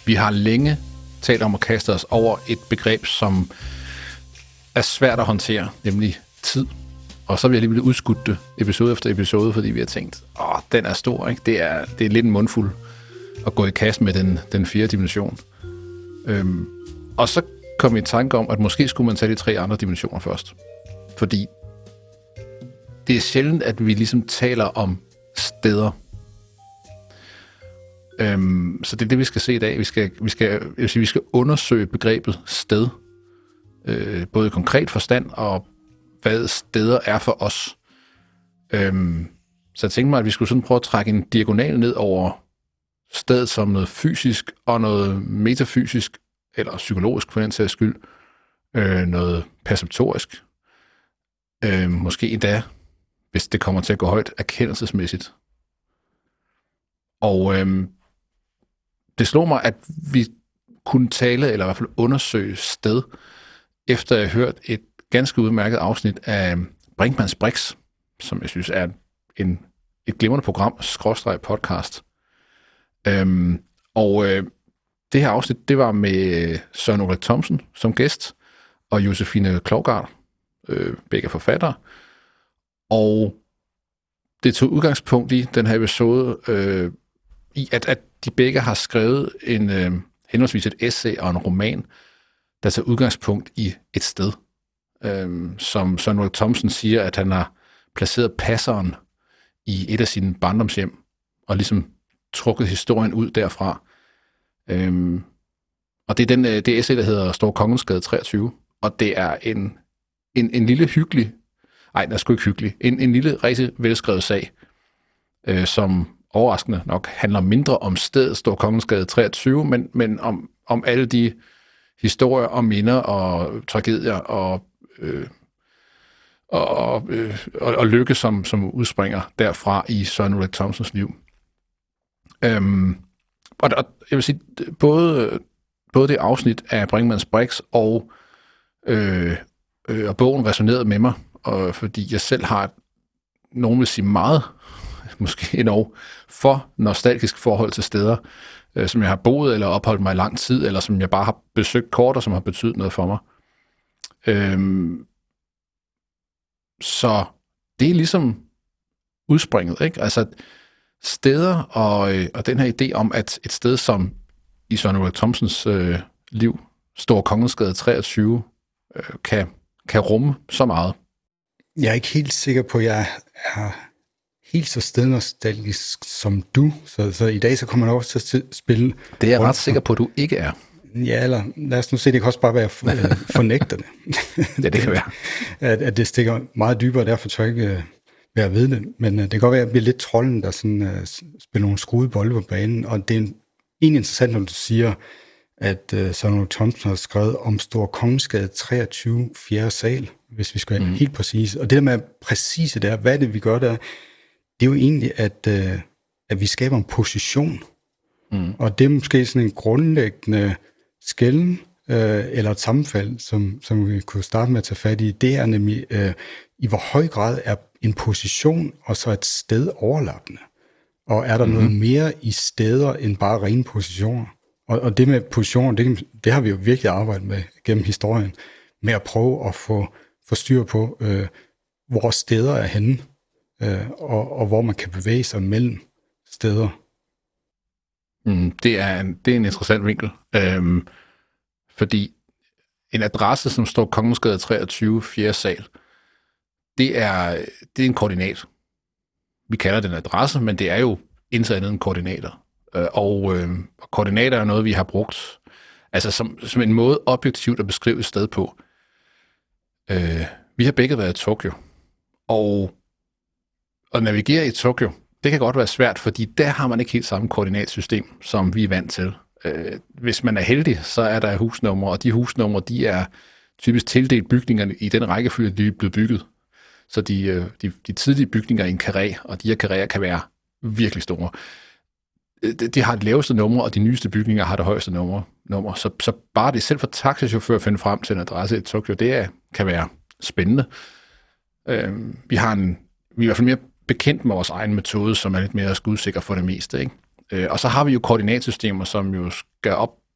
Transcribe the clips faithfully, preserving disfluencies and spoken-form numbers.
Vi har længe talt om at kaste os over et begreb, som er svært at håndtere, nemlig tid. Og så har vi alligevel udskudt det episode efter episode, fordi vi har tænkt, åh, den er stor, ikke? Det er, det er lidt en mundfuld at gå i kast med den, den fjerde dimension. Øhm, og så kom vi i tanke om, at måske skulle man tage de tre andre dimensioner først. Fordi det er sjældent, at vi ligesom taler om steder. Øhm, så det er det, vi skal se i dag. Vi skal, vi skal, jeg vil sige, vi skal undersøge begrebet sted, øh, både i konkret forstand og hvad steder er for os. Øhm, så jeg tænkte mig, at vi skulle sådan prøve at trække en diagonal ned over stedet som noget fysisk og noget metafysisk, eller psykologisk for den sags skyld, øh, noget perceptorisk, øh, måske endda, hvis det kommer til at gå højt, erkendelsesmæssigt. Og øh, det slog mig, at vi kunne tale, eller i hvert fald undersøge sted, efter jeg hørt et ganske udmærket afsnit af Brinkmanns Brix, som jeg synes er en, et glimrende program, skråstreg podcast. Øhm, og øh, det her afsnit, det var med Søren Ulrik Thomsen som gæst, og Josefine Klougart, øh, begge forfattere. Og det tog udgangspunkt i den her episode, øh, i at, at de begge har skrevet en øh, henholdsvis et essay og en roman, der tager udgangspunkt i et sted. Øhm, som Søren Ulrik Thomsen siger, at han har placeret passeren i et af sine barndomshjem, og ligesom trukket historien ud derfra. Øhm, og det er den, det essay, der hedder Store Kongensgade treogtyve, og det er en, en, en lille hyggelig, ej, den er sgu ikke hyggelig, en, en lille, rigtig velskrevet sag, øh, som overraskende nok handler mindre om stedet Store Kongensgade treogtyve, men, men om, om alle de historier og minder og tragedier og Øh, og, øh, og, og lykke, som, som udspringer derfra i Søren Ulrik Thomsens liv. Øhm, og, og jeg vil sige, både, både det afsnit af Brinkmanns Brix og, øh, øh, og bogen resonerede med mig, og fordi jeg selv har, nogen vil sige meget, måske endnu, for nostalgisk forhold til steder, øh, som jeg har boet eller opholdt mig i lang tid, eller som jeg bare har besøgt kort, og som har betydet noget for mig. Øhm, så det er ligesom udspringet, ikke? Altså steder og, og den her idé om, at et sted som i Søren Ulrik Thomsens øh, liv, Store Kongensgade treogtyve, øh, kan, kan rumme så meget. Jeg er ikke helt sikker på, at jeg er helt så stednostalgisk som du, så, så i dag så kommer jeg også til at spille. Det er jeg ret sikker på, at du ikke er. Ja, eller lad os nu se, det kan også bare være for, fornægter det. Ja, det kan være. At, at det stikker meget dybere, derfor tør jeg ikke uh, være ved det. Men uh, det kan godt være, at jeg bliver lidt trolden, der sådan, uh, spiller nogle skruede bolde på banen. Og det er en, egentlig interessant, når du siger, at uh, Søren Ulrik Thomsen har skrevet om Store Kongensgade treogtyve, fjerde sal, hvis vi skal være mm. helt præcise. Og det der med præcise der, hvad er det, vi gør der? Det er jo egentlig, at, uh, at vi skaber en position. Mm. Og det er måske sådan en grundlæggende skælden øh, eller et sammenfald, som, som vi kunne starte med at tage fat i, det er nemlig, øh, i hvor høj grad er en position og så et sted overlappende. Og er der mm-hmm. noget mere i steder end bare rene positioner? Og, og det med positioner, det, det har vi jo virkelig arbejdet med gennem historien, med at prøve at få, få styr på, øh, hvor steder er henne, øh, og, og hvor man kan bevæge sig mellem steder. Mm, det, er en, det er en interessant vinkel, øhm, fordi en adresse, som står Kongensgade treogtyve, fjerde sal, det er, det er en koordinat. Vi kalder den adresse, men det er jo intet andet end koordinater. Øh, og, øh, og koordinater er noget, vi har brugt altså som, som en måde objektivt at beskrive et sted på. Øh, vi har begge været i Tokyo, og at navigere i Tokyo, det kan godt være svært, fordi der har man ikke helt samme koordinatsystem, som vi er vant til. Øh, hvis man er heldig, så er der husnumre, og de husnumre, de er typisk tildelt bygningerne i den rækkefølge, de er blevet bygget. Så de, de, de tidlige bygninger i en karré, og de her karréer kan være virkelig store. De, de har det laveste nummer, og de nyeste bygninger har det højeste nummer. nummer. Så, så bare det selv for taxichauffør at finde frem til en adresse i Tokyo, det er, kan være spændende. Øh, vi har en, vi er i hvert fald mere bekendt med vores egen metode, som er lidt mere skudsikker for det meste, ikke? Øh, og så har vi jo koordinatsystemer, som jo skal op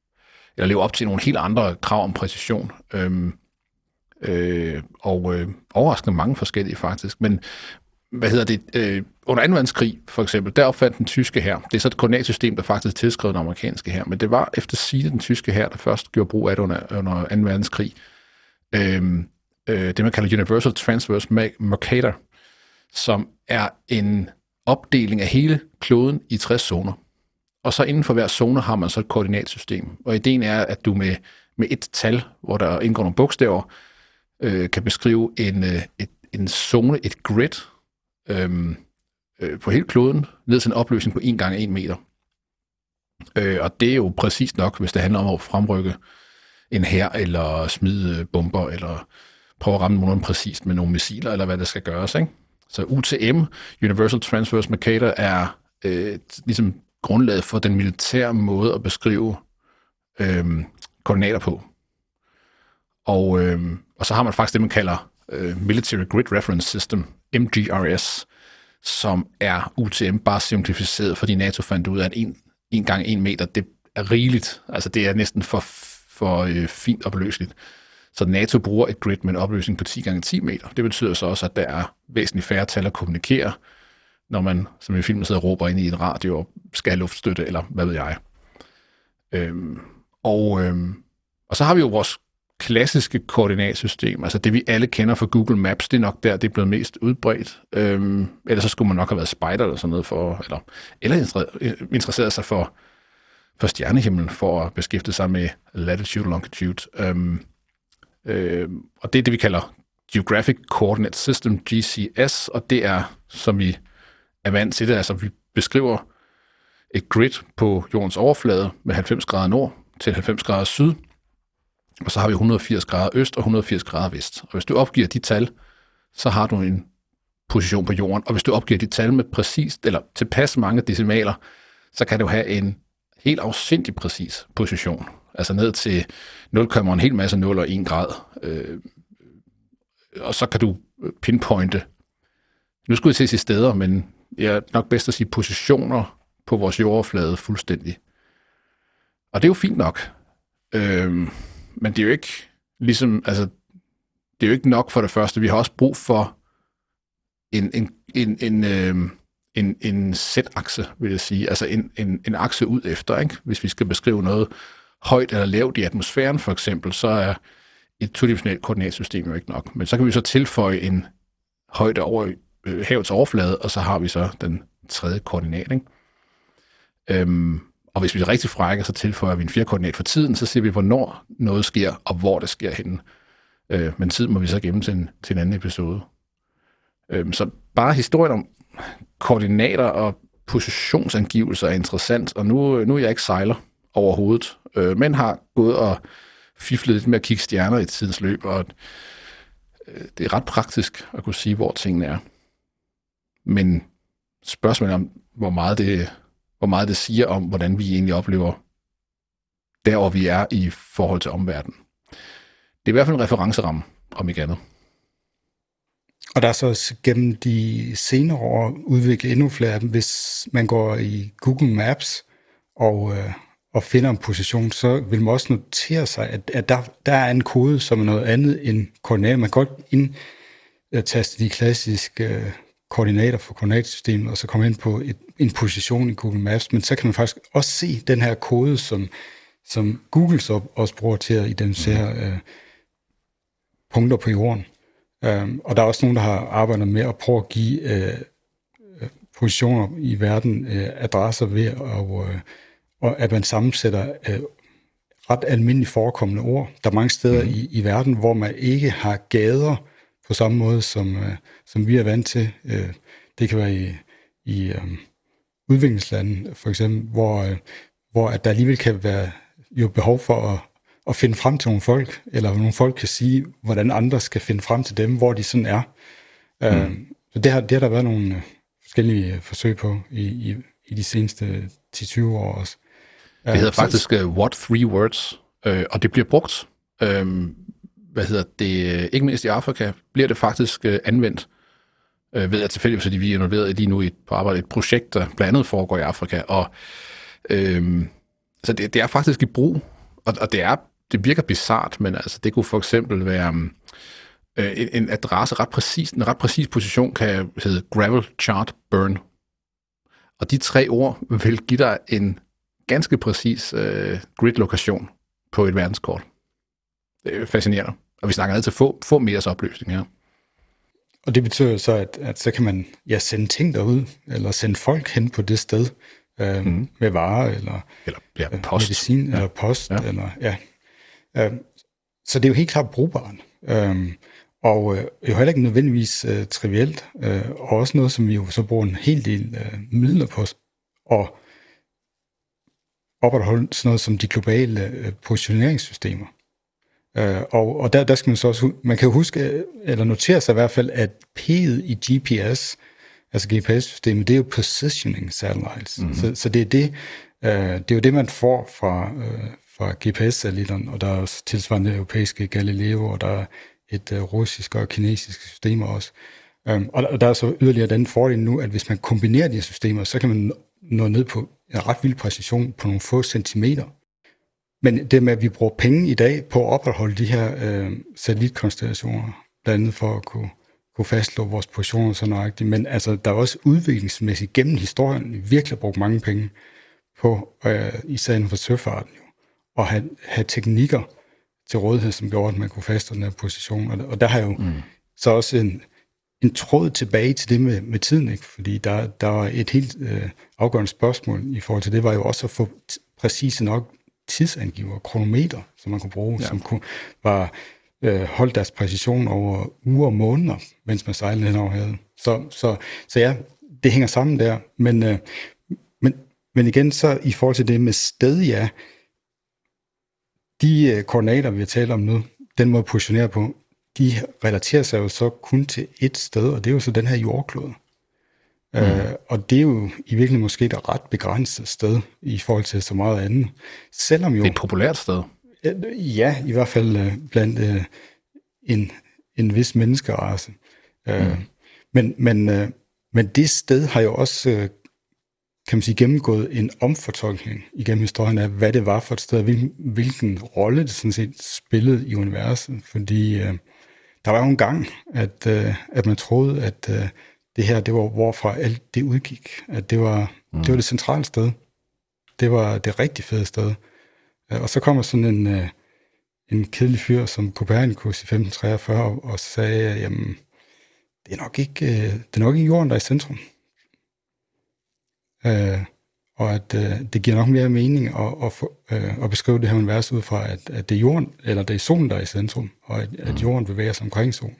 eller lever op til nogle helt andre krav om præcision. Øhm, øh, og øh, overraskende mange forskellige faktisk. Men hvad hedder det? Øh, under anden verdenskrig for eksempel, der opfandt den tyske hær. Det er så et koordinatsystem, der faktisk tilskrev den amerikanske hær. Men det var efter sigende den tyske hær, der først gjorde brug af det under, under anden verdenskrig. Øhm, øh, det man kalder Universal Transverse Mercator, som er en opdeling af hele kloden i tres zoner. Og så inden for hver zone har man så et koordinatsystem. Og ideen er, at du med, med et tal, hvor der indgår nogle bogstaver, øh, kan beskrive en, øh, et, en zone, et grid, øh, øh, på hele kloden, ned til en opløsning på en gange en meter. Øh, og det er jo præcis nok, hvis det handler om at fremrykke en hær, eller smide bomber, eller prøve at ramme nogen præcist med nogle missiler, eller hvad der skal gøres, ikke? Så U T M, Universal Transverse Mercator, er øh, ligesom grundlaget for den militære måde at beskrive øh, koordinater på. Og, øh, og så har man faktisk det, man kalder øh, Military Grid Reference System, M G R S, som er U T M bare simplificeret, fordi NATO fandt ud af, at en, en gang en meter, det er rigeligt. Altså det er næsten for, for øh, fint opløseligt. Så NATO bruger et grid med en opløsning på ti gange ti meter. Det betyder så også, at der er væsentligt færre tal at kommunikere, når man, som i filmen, sidder og råber ind i en radio og skal have luftstøtte, eller hvad ved jeg. Øhm, og, øhm, og så har vi jo vores klassiske koordinatsystem, altså det vi alle kender fra Google Maps, det er nok der, det er blevet mest udbredt. Øhm, ellers så skulle man nok have været spejder eller sådan noget, for, eller, eller interesseret sig for, for stjernehimlen, for at beskæftige sig med latitude og longitude. Øhm, Øh, og det er det, vi kalder Geographic Coordinate System, G C S, og det er, som vi er vant til det, altså vi beskriver et grid på jordens overflade med halvfems grader nord til halvfems grader syd, og så har vi et hundrede og firs grader øst og et hundrede og firs grader vest. Og hvis du opgiver de tal, så har du en position på jorden, og hvis du opgiver de tal med præcist, eller tilpas mange decimaler, så kan du have en helt afsindig præcis position. Altså ned til nul komma en hel masse nul og en grad. Øh, og så kan du pinpointe, nu skulle jeg til at sige steder, men jeg er nok bedst at sige positioner på vores jordoverflade fuldstændig. Og det er jo fint nok. Øh, men det er jo ikke ligesom, altså, det er jo ikke nok for det første. Vi har også brug for en, en, en, en, øh, en, en z-akse, vil jeg sige. Altså en, en, en akse ud efter, ikke? Hvis vi skal beskrive noget højt eller lavt i atmosfæren for eksempel, så er et todimensionelt koordinatsystem jo ikke nok. Men så kan vi så tilføje en højde over øh, havets overflade, og så har vi så den tredje koordinat, ikke? Øhm, og hvis vi er rigtig frække, så tilføjer vi en fjerde koordinat for tiden, så ser vi, hvornår noget sker, og hvor det sker henne. Øh, men tid må vi så gemme til en, til en anden episode. Øhm, så bare historien om koordinater og positionsangivelser er interessant, og nu, nu er jeg ikke sejler overhovedet, øh, men har gået og fiflet lidt med at kigge stjerner i tidens løb, og øh, det er ret praktisk at kunne sige, hvor tingene er. Men spørgsmålet om, hvor meget det, hvor meget det siger om, hvordan vi egentlig oplever der, hvor vi er i forhold til omverdenen. Det er i hvert fald en referenceramme, om ikke andet. Og der er så også gennem de senere år udviklet endnu flere af dem. Hvis man går i Google Maps og, øh, og finder en position, så vil man også notere sig, at, at der, der er en kode, som er noget andet end koordinater. Man kan godt indtaste de klassiske øh, koordinater for koordinatsystemet, og så komme ind på et, en position i Google Maps, men så kan man faktisk også se den her kode, som, som Google så også bruger til at identificere øh, punkter på jorden. Um, og der er også nogen, der har arbejdet med at prøve at give uh, positioner i verden, uh, adresser ved, og, uh, og at man sammensætter uh, ret almindeligt forekommende ord. Der er mange steder mm. i, i verden, hvor man ikke har gader på samme måde, som, uh, som vi er vant til. Uh, det kan være i, i um, udviklingslande, for eksempel, hvor, uh, hvor at der alligevel kan være jo behov for at at finde frem til nogle folk, eller nogle folk kan sige, hvordan andre skal finde frem til dem, hvor de sådan er. Mm. Uh, så det har, det har der været nogle forskellige forsøg på i, i, i de seneste ti til tyve år også. Uh, det hedder så, faktisk uh, What Three Words, uh, og det bliver brugt. Uh, hvad hedder det? Ikke mindst i Afrika bliver det faktisk uh, anvendt. Uh, ved at tilfældigvis, fordi vi er involveret lige nu i, på arbejde et projekt, der blandt andet foregår i Afrika, og uh, så det, det er faktisk i brug. og, og det, er, det virker bizart, men altså, det kunne for eksempel være øh, en, en adresse, ret præcis, en ret præcis position kan hedde Gravel Chart Burn. Og de tre ord vil give dig en ganske præcis øh, grid-lokation på et verdenskort. Det er fascinerende. Og vi snakker altid få, få meters opløsning her. Og det betyder så, at, at så kan man ja, sende ting derud, eller sende folk hen på det sted, øh, mm. med varer, eller, eller ja, post. medicin, ja. eller post. Ja. Eller, ja. øh, så det er jo helt klart brugbart. Øh, og øh, jo heller ikke nødvendigvis øh, trivielt, øh, og også noget, som vi jo så bruger en hel del øh, midler på, og opretholde sådan noget som de globale øh, positioneringssystemer. Uh, og, og der, der skal man så også, man kan jo huske, eller notere sig i hvert fald, at P'et i G P S, altså G P S-systemet, det er jo Positioning Satellites. Mm-hmm. Så, så det er det, uh, det er jo det, man får fra, uh, fra G P S-satellitterne, og der er også tilsvarende europæiske Galileo, og der er et uh, russisk og kinesisk systemer også. Um, og, der, og der er så yderligere den fordel nu, at hvis man kombinerer de her systemer, så kan man nå ned på en ret vild præcision på nogle få centimeter. Men det med, at vi bruger penge i dag på at opretholde de her øh, satellitkonstellationer, blandt andet for at kunne, kunne fastslå vores positioner så nøjagtigt. Men altså, der er også udviklingsmæssigt gennem historien vi virkelig brugt mange penge på, øh, især inden for søfarten, jo, at have, have teknikker til rådighed, som gjorde, at man kunne fastslå den her position. Og, og der har jo mm. så også en, en tråd tilbage til det med, med tiden, ikke? Fordi der, der var et helt øh, afgørende spørgsmål i forhold til det, var jo også at få t- præcise nok tidsangiver, kronometer, som man kunne bruge, ja. som kunne bare øh, holde deres præcision over uger og måneder, mens man sejlede hen over havet. Så, så, så ja, det hænger sammen der. Men, øh, men, men igen, så i forhold til det med sted, ja, de øh, koordinater, vi har talt om nu, den måde at positionere på, de relaterer sig jo så kun til et sted, og det er jo så den her jordklode. Mm. Øh, og det er jo i virkeligheden måske et ret begrænset sted i forhold til så meget andet. Selvom jo, det er et populært sted. Ja, i hvert fald øh, blandt øh, en, en vis menneskerace. Øh, mm. men, men, øh, men det sted har jo også, øh, kan man sige, gennemgået en omfortolkning igennem historien af, hvad det var for et sted, og hvilken, hvilken rolle det sådan set spillede i universet. Fordi øh, der var jo en gang, at, øh, at man troede, at øh, det her, det var hvorfra alt det udgik. At det var, mm. det var det centrale sted. Det var det rigtig fede sted. Og så kommer sådan en, en kedelig fyr som Copernicus i femten treogfyrre og sagde, jamen, det er nok ikke, det er nok ikke jorden, der er i centrum. Og at det giver nok mere mening at, at, få, at beskrive det her univers ud fra, at, at det er jorden, eller det er solen, der er i centrum, og at, at jorden bevæger sig omkring solen.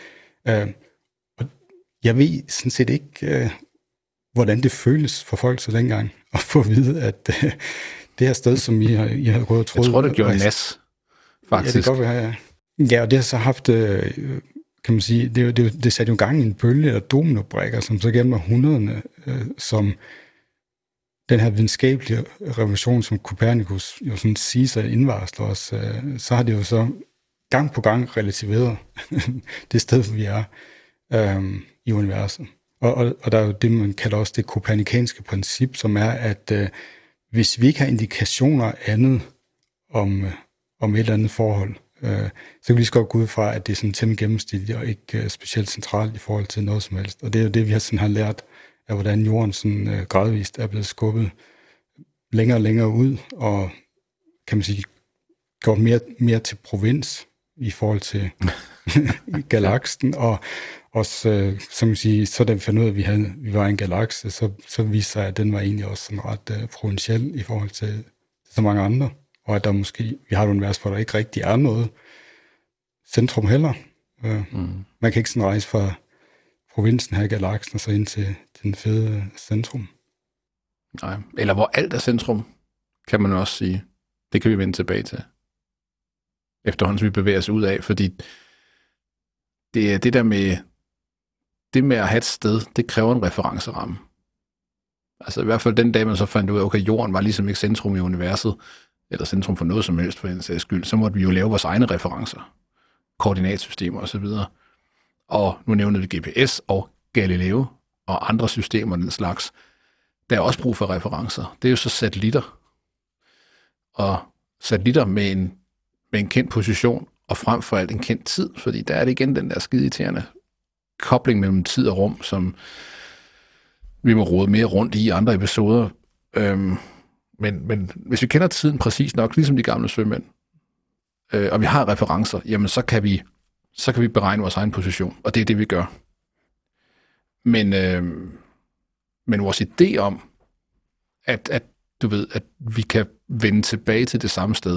Jeg ved sådan set ikke, øh, hvordan det føles for folk så dengang, at få at vide, at øh, det her sted, som I har, I har gået og troet... Jeg tror, det gjorde nas, faktisk. Ja, det går vi her, ja. Ja, og det har så haft, øh, kan man sige, det, det, det satte jo gang i en bølge af dominobrækker, som så gennem århundrederne, øh, som den her videnskabelige revolution, som Copernicus jo sådan siger sig indvarsler os, øh, så har det jo så gang på gang relativeret det sted, hvor vi er. Øhm, i universet. Og, og, og der er jo det, man kalder også det kopernikanske princip, som er, at øh, hvis vi ikke har indikationer andet om, øh, om et eller andet forhold, øh, så kan vi lige så godt gå ud fra, at det er sådan temmelig gennemsnitligt og ikke øh, specielt centralt i forhold til noget som helst. Og det er jo det, vi har, sådan, har lært af, hvordan jorden sådan, øh, gradvist er blevet skubbet længere og længere ud, og kan man sige, gjort mere, mere til provins i forhold til galaksen, og også, øh, som man siger, så da vi fandt ud af, at vi, havde, vi var en galakse, så, så viste sig, at den var egentlig også sådan ret øh, provinciel i forhold til så mange andre, og at der måske, vi har et univers, hvor der ikke rigtig er noget centrum heller. Øh, mm. Man kan ikke sådan rejse fra provinsen her i galaksen, og så ind til, til den fede centrum. Nej, eller hvor alt er centrum, kan man også sige. Det kan vi vende tilbage til, efterhånden som vi bevæger os ud af, fordi det er det der med, det med at have et sted, det kræver en referenceramme. Altså i hvert fald den dag, man så fandt ud af, okay, jorden var ligesom ikke centrum i universet, eller centrum for noget som helst for en sags skyld, så måtte vi jo lave vores egne referencer, koordinatsystemer osv. Og nu nævner vi G P S og Galileo og andre systemer den slags. Der er også brug for referencer. Det er jo så satellitter. Og satellitter med en, med en kendt position, og frem for alt en kendt tid, fordi der er det igen den der skide irriterende kobling mellem tid og rum, som vi må rode mere rundt i andre episoder. Øhm, men, men hvis vi kender tiden præcis nok, ligesom de gamle sømænd, øh, og vi har referencer, jamen så kan vi så kan vi beregne vores egen position, og det er det, vi gør. Men, øh, men vores idé om, at, at du ved, at vi kan vende tilbage til det samme sted,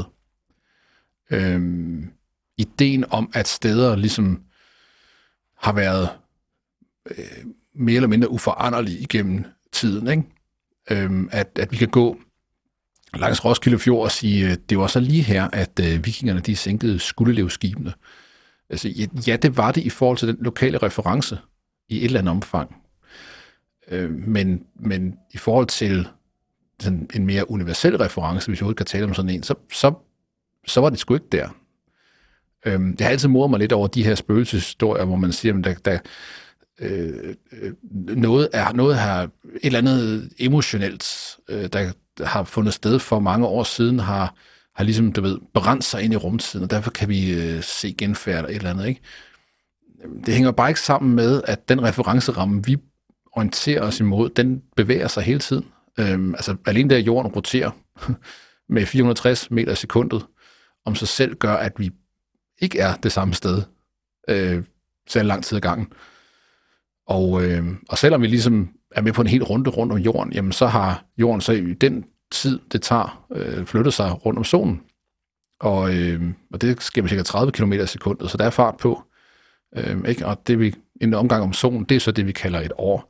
øh, ideen om, at steder ligesom har været øh, mere eller mindre uforanderlige igennem tiden, ikke? Øh, at, at vi kan gå langs Roskilde Fjord og sige, øh, det var så lige her, at øh, vikingerne de sænkede Skuldelev-skibene. Altså, ja, det var det i forhold til den lokale reference i et eller andet omfang. Øh, men, men i forhold til sådan en mere universel reference, hvis jeg overhovedet kan tale om sådan en, så, så, så var det sgu ikke der. Øh, jeg har altid moret mig lidt over de her spøgelseshistorier, hvor man siger, at der, der, øh, noget, er, noget har et eller andet emotionelt, øh, der, der har fundet sted for mange år siden, har har ligesom, du ved, brændt sig ind i rumtiden, og derfor kan vi øh, se genfærd eller et eller andet, ikke? Det hænger bare ikke sammen med, at den referenceramme, vi orienterer os imod, den bevæger sig hele tiden. Øhm, altså, alene der jorden roterer med fire hundrede og tres meter i sekundet, om sig selv gør, at vi ikke er det samme sted, øh, så lang tid ad gangen. Og, øh, og selvom vi ligesom er med på en helt runde rundt om jorden, jamen så har jorden så i den tid, det tager, øh, flytter sig rundt om solen. Og, øh, og det sker med cirka tredive kilometer i sekundet, så der er fart på. Øh, ikke? Og det vi, en omgang om solen, det er så det, vi kalder et år.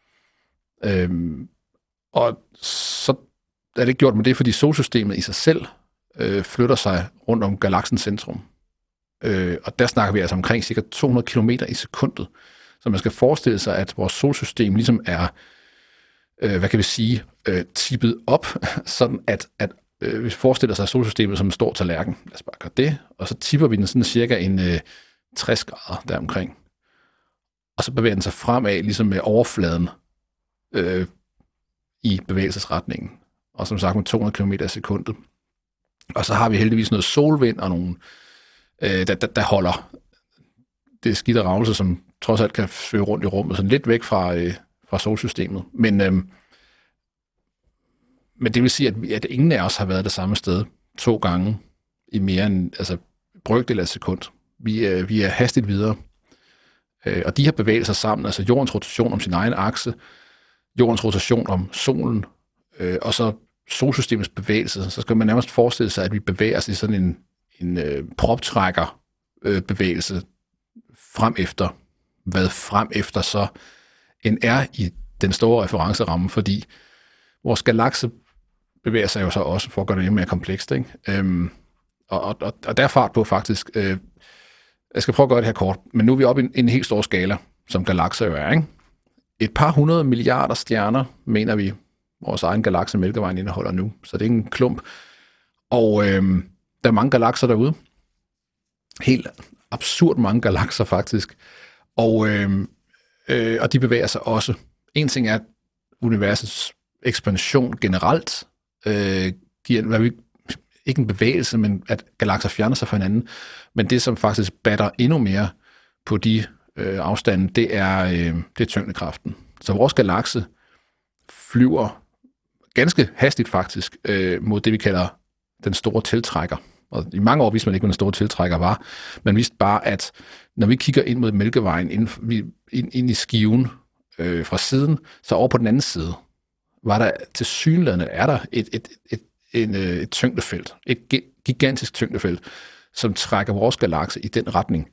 Øh, og så er det ikke gjort med det, fordi solsystemet i sig selv øh, flytter sig rundt om galaksens centrum. Øh, og der snakker vi altså omkring cirka to hundrede kilometer i sekundet. Så man skal forestille sig, at vores solsystem ligesom er Øh, hvad kan vi sige, øh, tippet op, sådan at, at øh, vi forestiller sig solsystemet som en stor tallerken. Lad os bare gøre det, og så tipper vi den sådan cirka en øh, tres grader deromkring. Og så bevæger den sig fremad, ligesom med overfladen øh, i bevægelsesretningen. Og som sagt med to hundrede kilometer i sekundet. Og så har vi heldigvis noget solvind og nogle, øh, der, der, der holder det skidte ravelse, som trods alt kan føre rundt i rummet, sådan lidt væk fra... Øh, fra solsystemet. Men, øhm, men det vil sige, at, vi, at ingen af os har været det samme sted to gange i mere end altså, brøkdel af et sekund. Vi, øh, vi er hastigt videre. Øh, og de her bevægelser sammen, altså jordens rotation om sin egen akse, jordens rotation om solen, øh, og så solsystemets bevægelse, så skal man nærmest forestille sig, at vi bevæger os i sådan en, en øh, proptrækker øh, bevægelse frem efter, hvad frem efter så end er i den store referenceramme, fordi vores galakse bevæger sig jo så også, for at gøre det endnu mere komplekst, ikke? Øhm, og, og, og der er fart på faktisk. Øh, jeg skal prøve at gøre det her kort, men nu er vi oppe i en, en helt stor skala, som galakser jo er, ikke? Et par hundrede milliarder stjerner, mener vi, vores egen galakse Mælkevejen indeholder nu, så det er en klump. Og øhm, der er mange galakser derude. Helt absurd mange galakser faktisk. Og øhm, Øh, og de bevæger sig også. En ting er, at universets ekspansion generelt øh, giver hvad vi, ikke en bevægelse, men at galakser fjerner sig fra hinanden. Men det, som faktisk batter endnu mere på de øh, afstande, det er, øh, det er tyngdekraften. Så vores galakse flyver ganske hastigt faktisk øh, mod det, vi kalder den store tiltrækker. Og i mange år vidste man ikke, hvad den store tiltrækker var. Man vidste bare, at når vi kigger ind mod Mælkevejen, ind, ind, ind i skiven øh, fra siden, så over på den anden side, var der tilsyneladende, er der et, et, et, et, et, et tyngdefelt, et gigantisk tyngdefelt, som trækker vores galakse i den retning.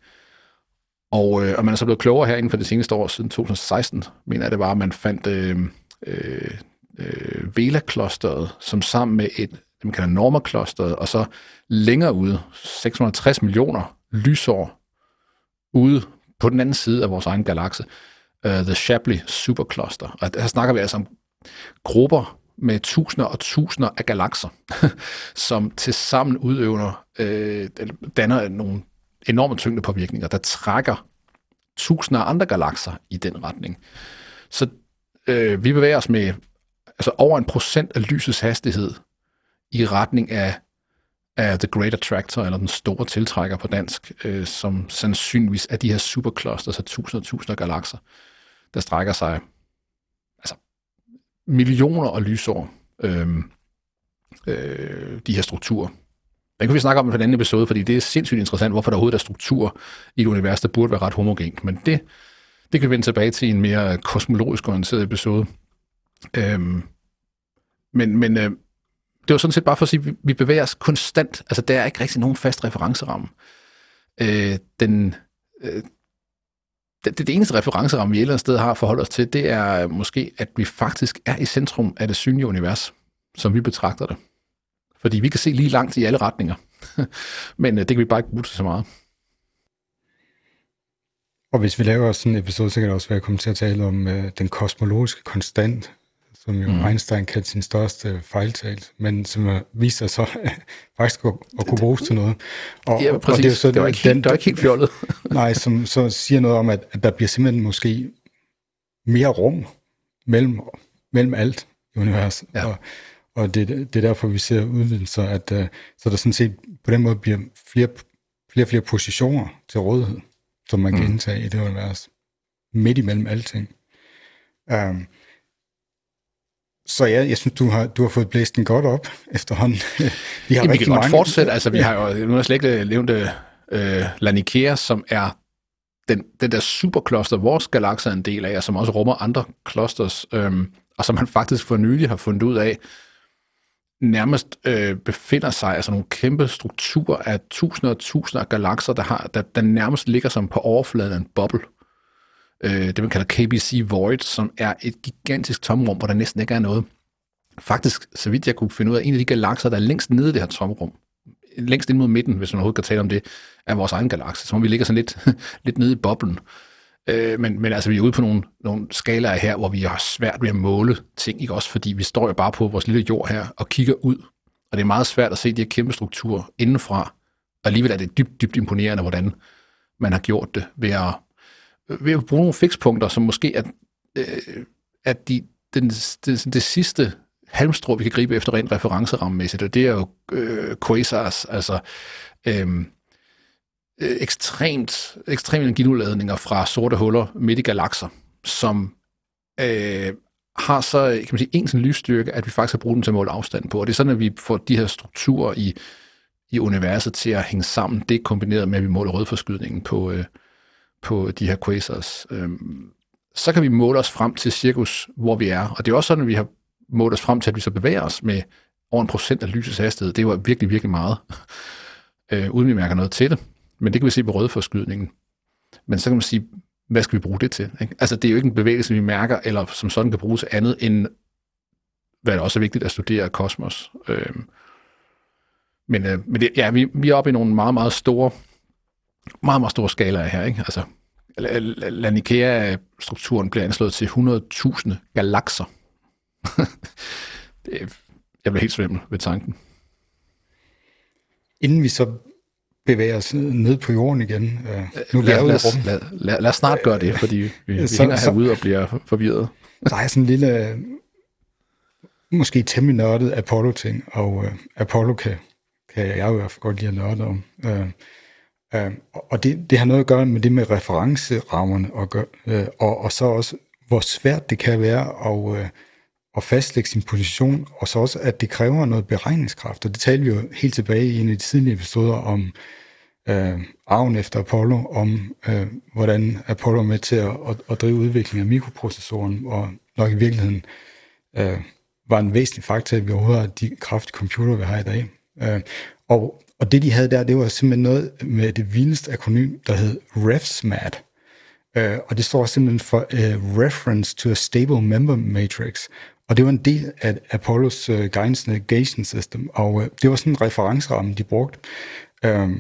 Og, øh, og man er så blevet klogere her inden for det seneste år, siden to tusind og seksten, mener jeg det var, at man fandt øh, øh, øh, Vela-klosteret, som sammen med et man kalder Norma-klosteret, og så længere ude, seks hundrede og tres millioner lysår ude på den anden side af vores egen galakse, uh, The Shapley Supercluster. Og her snakker vi altså om grupper med tusinder og tusinder af galakser, som tilsammen udøver, øh, danner nogle enorme tyngdepåvirkninger, der trækker tusinder af andre galakser i den retning. Så øh, vi bevæger os med altså over en procent af lysets hastighed i retning af af The Great Attractor, eller den store tiltrækker på dansk, øh, som sandsynligvis er de her superclusters af tusinder og tusinder galakser, der strækker sig altså millioner af lysår, øh, øh, de her strukturer. Den kan vi snakke om i en anden episode, fordi det er sindssygt interessant, hvorfor der overhovedet er struktur i et univers, der burde være ret homogent. Men det, det kan vi vende tilbage til i en mere kosmologisk orienteret episode. Øhm, men men øh, det var sådan set bare for at sige, at vi, vi bevæger os konstant. Altså, der er ikke rigtig nogen fast referenceramme. Øh, den, øh, det, det eneste referenceramme, vi et eller andet sted har at forholde os til, det er måske, at vi faktisk er i centrum af det synlige univers, som vi betragter det. Fordi vi kan se lige langt i alle retninger. Men det kan vi bare ikke bruge til så meget. Og hvis vi laver sådan en episode, så kan det også være, at jeg kommer til at tale om øh, den kosmologiske konstant, som jo mm. Einstein kaldte sin største fejltagelse, men som viser sig så faktisk at, at kunne bruges til noget. Og, ja, præcis. Og det, er så, det, var ikke den, helt, det var ikke helt fjollet. Nej, som så siger noget om, at, at der bliver simpelthen måske mere rum mellem, mellem alt i universet. Ja. Og, Og det, det er derfor, vi ser udvidelser, at uh, så der sådan set på den måde bliver flere flere, flere positioner til rådighed, som man mm. kan indtage i det univers, midt imellem alting. Um, så ja, jeg synes, du har, du har fået blæst den godt op efterhånden. vi har Jamen, vi kan mange... godt fortsætte, altså vi har jo, nu har jeg slet ikke nævnt uh, Laniakea, som er den, den der superkluster, vores galakse er en del af, og som også rummer andre clusters, um, og som man faktisk for nylig har fundet ud af, nærmest øh, befinder sig, altså nogle kæmpe strukturer af tusinder og tusinder af galakser, der, har, der, der nærmest ligger som på overfladen af en boble. Øh, det man kalder K B C Void, som er et gigantisk tomrum, hvor der næsten ikke er noget. Faktisk, så vidt jeg kunne finde ud af, en af de galakser, der er længst nede i det her tomrum, længst ind mod midten, hvis man overhovedet kan tale om det, er vores egen galakse, som vi ligger sådan lidt, lidt nede i boblen. Øh, men, men altså, vi er ude på nogle, nogle skalaer her, hvor vi har svært ved at måle ting, ikke også? Fordi vi står jo bare på vores lille jord her og kigger ud, og det er meget svært at se de her kæmpe strukturer indenfra, og alligevel er det dybt, dybt imponerende, hvordan man har gjort det ved at, ved at bruge nogle fikspunkter, som måske er, øh, at de, den, det, det sidste halmstrå, vi kan gribe efter rent referencerammemæssigt, og det er jo øh, quasars, altså øh, ekstremt, ekstreme energiudladninger fra sorte huller midt i galakser, som øh, har så, kan man sige, en sådan lysstyrke, at vi faktisk har brugt dem til at måle afstand på. Og det er sådan, at vi får de her strukturer i, i universet til at hænge sammen. Det er kombineret med, at vi måler rødforskydningen på, øh, på de her quasars. Øh, så kan vi måle os frem til cirkus, hvor vi er. Og det er også sådan, at vi har målt os frem til, at vi så bevæger os med over en procent af lysets hastighed. Det er jo virkelig, virkelig meget, øh, uden vi mærker noget til det. Men det kan vi se på rødforskydningen. Men så kan man sige, hvad skal vi bruge det til? Ikke? Altså, det er jo ikke en bevægelse, vi mærker, eller som sådan kan bruges andet, end hvad er også vigtigt at studere kosmos. Øh, men øh, men det, ja, vi, vi er oppe i nogle meget, meget store, meget, meget store skalaer her. Ikke? Altså, Laniakea-strukturen bliver anslået til hundrede tusind galakser. det, jeg bliver helt svimmel ved tanken. Inden vi så bevæger os ned på jorden igen. Nu lad, lad, os, lad, lad, lad os snart gøre det, fordi vi, vi så, hænger herude og bliver forvirret. Der er sådan en lille, måske temmelig nørdet Apollo-ting, og uh, Apollo kan, kan jeg jo i hvert fald godt lide at nørde om. Uh, uh, og det, det har noget at gøre med det med referencerammerne, og, gør, uh, og, og så også, hvor svært det kan være at, uh, at fastlægge sin position, og så også, at det kræver noget beregningskraft. Og det talte vi jo helt tilbage i en af de tidlige episoder om øh, arven efter Apollo, om øh, hvordan Apollo er med til at, at, at drive udviklingen af mikroprocessoren, og nok i virkeligheden øh, var en væsentlig faktor, at vi overhovedet har de kraftige computer, vi har i dag. Øh, og, og det, de havde der, det var simpelthen noget med det vildeste akronym, der hed REFSMAT. Øh, og det står simpelthen for uh, Reference to a Stable Member Matrix. Og det var en del af Apollos uh, Guidance Navigation System, og uh, det var sådan en referenceramme, de brugte. Um,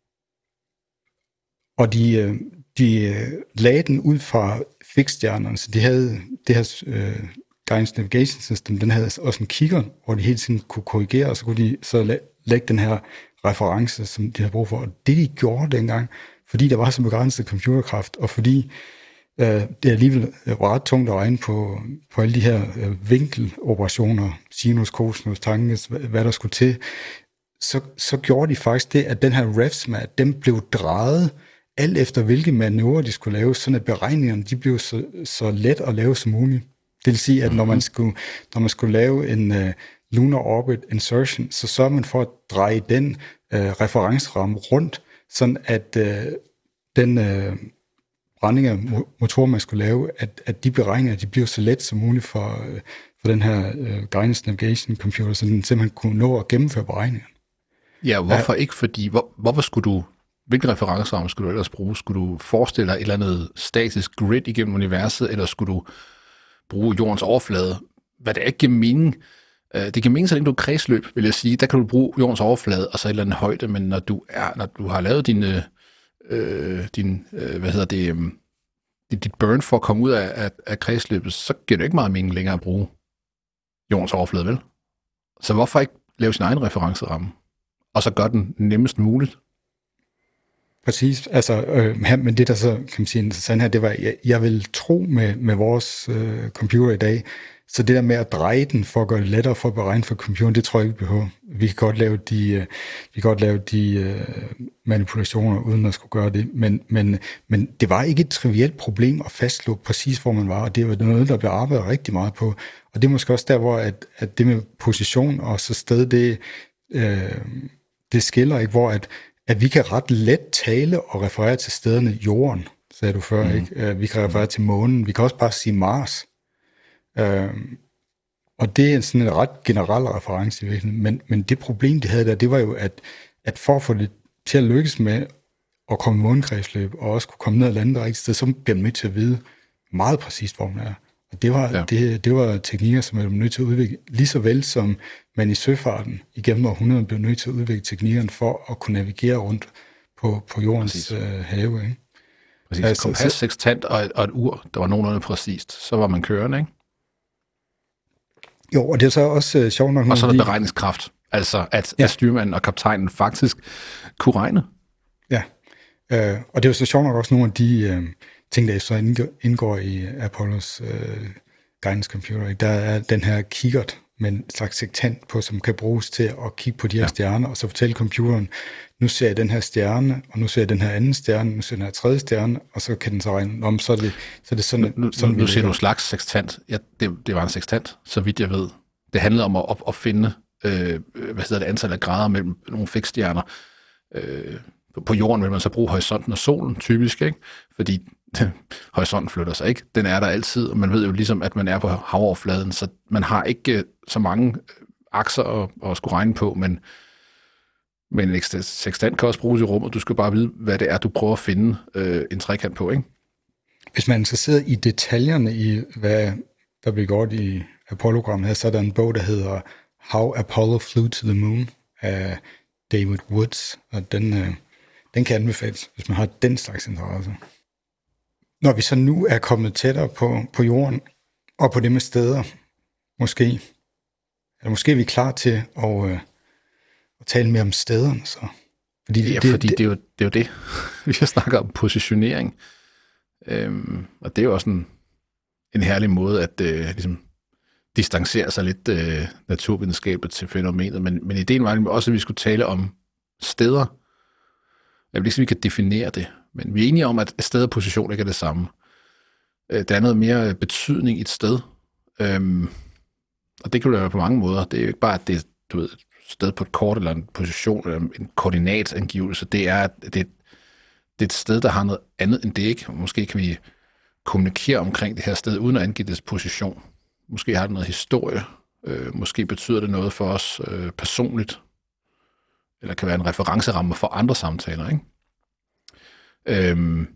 og de, uh, de uh, lagde den ud fra fiksstjernerne, så de havde det her uh, Guidance Navigation System, den havde også en kigger, hvor de hele tiden kunne korrigere, og så kunne de så la- lægge den her reference, som de havde brug for. Og det, de gjorde dengang, fordi der var så begrænset computerkraft, og fordi øh, det alligevel var ret tungt at regne på, på alle de her øh, vinkeloperationer, sinus, cosinus, tangens, hvad, hvad der skulle til, så, så gjorde de faktisk det, at den her refsmat, den blev drejet alt efter hvilke manøvrer de skulle lave, sådan at beregningerne de blev så, så let at lave som muligt. Det vil sige, at når man skulle, når man skulle lave en uh, lunar orbit insertion, så sørger man for at dreje den uh, referenceramme rundt, sådan at uh, den uh, brænding af motorer, man skulle lave, at, at de beregninger de bliver så let som muligt for, uh, for den her uh, Guidance Navigation Computer, så den simpelthen kunne nå at gennemføre beregningerne. Ja, hvorfor ja. ikke? Fordi, hvor, hvorfor skulle du, hvilken referenceramme skulle du ellers bruge? Skulle du forestille dig et eller andet statisk grid igennem universet, eller skulle du bruge jordens overflade? Hvad det ikke giver mening. Det giver mening, så længe du er kredsløb, vil jeg sige. Der kan du bruge jordens overflade og så et eller andet højde, men når du, er, når du har lavet din, øh, din øh, hvad hedder det, øh, dit burn for at komme ud af, af, af kredsløbet, så giver det ikke meget mening længere at bruge jordens overflade, vel? Så hvorfor ikke lave sin egen referenceramme? Og så gør den nemmest muligt. Præcis. Altså, øh, men det der så, kan man sige, interessant her, det var, jeg, jeg vil tro med, med vores øh, computer i dag, så det der med at dreje den for at gøre det lettere for at beregne for computeren, det tror jeg ikke, vi behøver. Vi kan godt lave de, øh, vi kan godt lave de øh, manipulationer, uden at skulle gøre det, men, men, men det var ikke et trivielt problem at fastslå præcis, hvor man var, og det var noget, der blev arbejdet rigtig meget på. Og det er måske også der, hvor at, at det med position og så sted, det, øh, det skiller ikke, hvor at at vi kan ret let tale og referere til stederne jorden, sagde du før, mm. ikke? Vi kan referere til månen, vi kan også bare sige Mars. Øhm, og det er sådan en ret generel reference i virkeligheden, men, men det problem, de havde der, det var jo, at, at for at få det til at lykkes med at komme i månekredsløb, og også kunne komme ned og lande der rigtigt sted, så bliver man nødt til at vide meget præcist, hvor man er. Og det var, ja. det, det var teknikker, som man blev nødt til at udvikle, lige så vel som man i søfarten igennem århundreden blev nødt til at udvikle teknikkerne for at kunne navigere rundt på, på jordens øh, have. Ikke? Præcis. Altså, kompas, sextant og et, og et ur, der var nogenlunde præcist. Så var man kørende, ikke? Jo, og det er så også øh, sjovt nok... Og så er der beregningskraft. Altså, at, ja. at styrmanden og kaptajnen faktisk kunne regne. Ja, øh, og det er jo så sjovt nok også nogle af de øh, ting, der så indgår i Apollos øh, guidance computer. Ikke? Der er den her kikkert med en slags sektant på, som kan bruges til at kigge på de her ja. stjerner, og så fortælle computeren, nu ser jeg den her stjerne, og nu ser jeg den her anden stjerne, nu ser jeg den her tredje stjerne, og så kan den så regne om, så er det, så er det sådan... Nu, sådan nu, nu ser du en slags sextant. Ja, det, det var en sextant, så vidt jeg ved. Det handlede om at, at, at finde øh, hvad hedder det, antal af grader mellem nogle fiksstjerner. Øh, på jorden vil man så bruge horisonten og solen, typisk, ikke? Fordi horisonten flytter sig ikke. Den er der altid, og man ved jo ligesom, at man er på havoverfladen, så man har ikke så mange akser at, at skulle regne på, men, men en sextant kan også bruges i rummet. Du skal bare vide, hvad det er, du prøver at finde øh, en trekant på, ikke? Hvis man er interesseret i detaljerne i, hvad der blev gjort i Apollo-programmet her, så er der en bog, der hedder How Apollo Flew to the Moon af David Woods, og den, øh, den kan anbefales, hvis man har den slags interesse. Når vi så nu er kommet tættere på, på jorden, og på det med steder, måske, eller måske er vi klar til at, øh, at tale mere om stederne, så. Fordi det, ja, det, fordi det, det, er jo, det er jo det. Vi har snakket om positionering, øhm, og det er jo også en, en herlig måde at øh, ligesom distancere sig lidt øh, naturvidenskabeligt til fænomenet, men, men ideen var også, at vi skulle tale om steder. Jeg vil ikke sige, at vi kan definere det, men vi er enige om, at sted og position ikke er det samme. Der er noget mere betydning i et sted, øhm, og det kan jo være på mange måder. Det er jo ikke bare, at det er du ved, et sted på et kort, eller en position, eller en koordinatangivelse. Det er, det, det er et sted, der har noget andet end det, ikke? Måske kan vi kommunikere omkring det her sted, uden at angive dets position. Måske har det noget historie. Øh, måske betyder det noget for os øh, personligt. Eller kan være en referenceramme for andre samtaler, ikke? Øhm,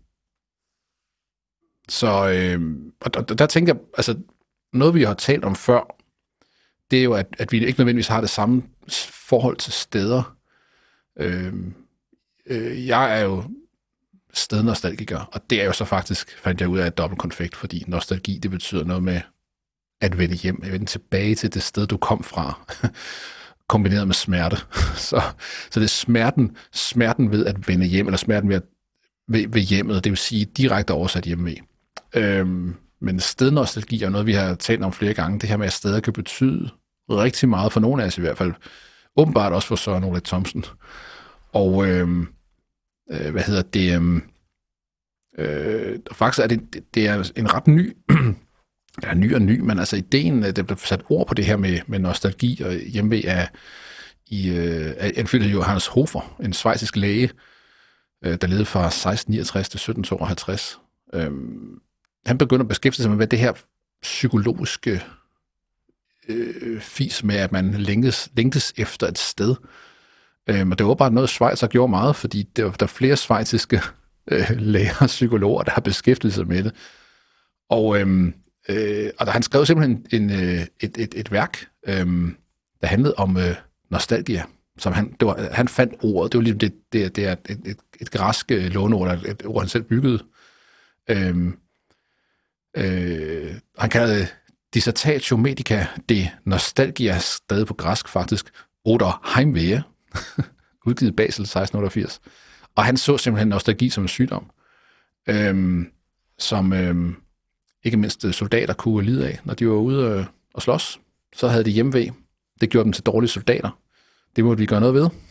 så øhm, og der, der tænker jeg, altså noget vi har talt om før, det er jo, at, at vi ikke nødvendigvis har det samme forhold til steder. Øhm, øh, jeg er jo stednostalgiker, og det er jo så faktisk, fandt jeg ud af, et dobbeltkonfekt, fordi nostalgi, det betyder noget med at vende hjem, at vende tilbage til det sted, du kom fra, kombineret med smerte. Så, så det er smerten, smerten ved at vende hjem, eller smerten ved, at, ved, ved hjemmet, det vil sige direkte oversat hjemme. Øhm, men stednostalgi er noget, vi har talt om flere gange. Det her med, at steder kan betyde rigtig meget, for nogle af os i hvert fald, åbenbart også for Søren Ulrik Thomsen. Og øh, øh, hvad hedder det? Øh, øh, faktisk er det, det er en ret ny, ja, ny og ny, men altså ideen, der blev sat ord på det her med, med nostalgi og hjemve af, i, øh, af en fyr, Johannes Hofer, en schweizisk læge, øh, der levede fra seksten niogtres til sytten tooghalvtreds. Øh, han begynder at beskæftige sig med, hvad det her psykologiske øh, fis med, at man længtes, længtes efter et sted. Øhm, og det var bare noget, Schweiz har gjort meget, fordi der, der er flere schweiziske øh, læger og psykologer, der har beskæftiget sig med det. Og, øhm, øh, og der han skrev simpelthen en, øh, et, et, et værk, øh, der handlede om øh, nostalgia. Som han, det var, han fandt ordet, det var ligesom det, det, det er et, et, et græsk låneord, et ord, han selv byggede. Øhm, øh, han kaldte det Dissertatio Medica de Nostalgia, stadig på græsk faktisk, oder Heimweh, udgivet Basel seksten otteogfirs. Og han så simpelthen nostalgi som en sygdom, øhm, som øhm, ikke mindst soldater kunne lide af, når de var ude øh, og slås. Så havde de hjemve. Det gjorde dem til dårlige soldater. Det må vi gøre noget ved.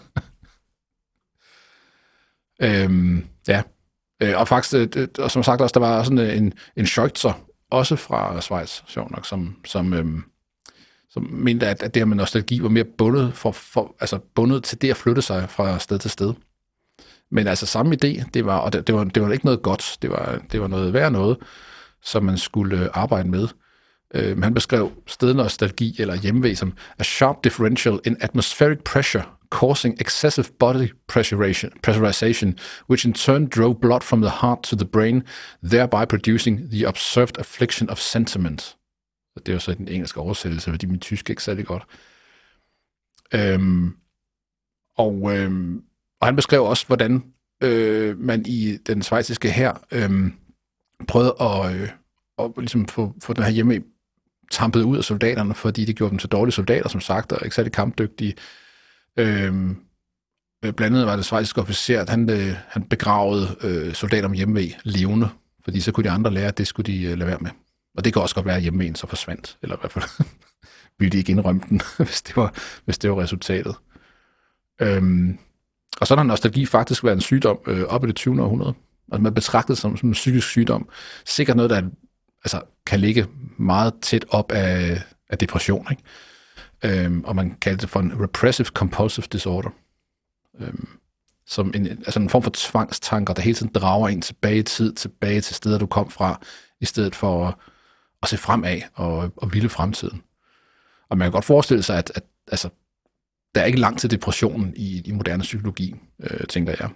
øhm, ja. Øh, og faktisk, øh, og som sagt også, der var sådan en, en Scheutzer, også fra Schweiz, sjov nok, som, som, øhm, som mente, at, at det her med nostalgi var mere bundet, for, for, altså bundet til det at flytte sig fra sted til sted. Men altså samme idé, det var, og det, det, var, det var ikke noget godt, det var, det var noget værd noget, som man skulle arbejde med. Øh, han beskrev stednostalgi eller hjemve som a sharp differential in atmospheric pressure causing excessive body pressurization, pressurization, which in turn drove blood from the heart to the brain, thereby producing the observed affliction of sentiment. Det er jo så en engelsk oversættelse, fordi min tysk er ikke særlig godt. Øhm, og, øhm, og han beskrev også, hvordan øh, man i den schweiziske hær øh, prøvede at, øh, at ligesom få, få den her hjemme tampet ud af soldaterne, fordi det gjorde dem til dårlige soldater, som sagt, og ikke særlig kampdygtige. Øhm, blandt andet var det schweiziske officer, at han, øh, han begravede øh, soldater om hjemve levende, fordi så kunne de andre lære, at det skulle de øh, lade være med. Og det kan også godt være, at hjemvejen så forsvandt, eller i hvert fald ville de ikke indrømme den, hvis det var, hvis det var resultatet. Øhm, og så har nostalgi faktisk været en sygdom øh, op i det tyvende århundrede. Altså man betragtede det som, som en psykisk sygdom. Sikkert noget, der altså, kan ligge meget tæt op af, af depression, ikke? Øhm, og man kaldte det for en repressive compulsive disorder. Øhm, som en, altså en form for tvangstanker, der hele tiden drager en tilbage i tid, tilbage til steder, du kom fra, i stedet for at, at se fremad og, og ville fremtiden. Og man kan godt forestille sig, at, at altså, der er ikke langt til depressionen i, i moderne psykologi, øh, tænker jeg.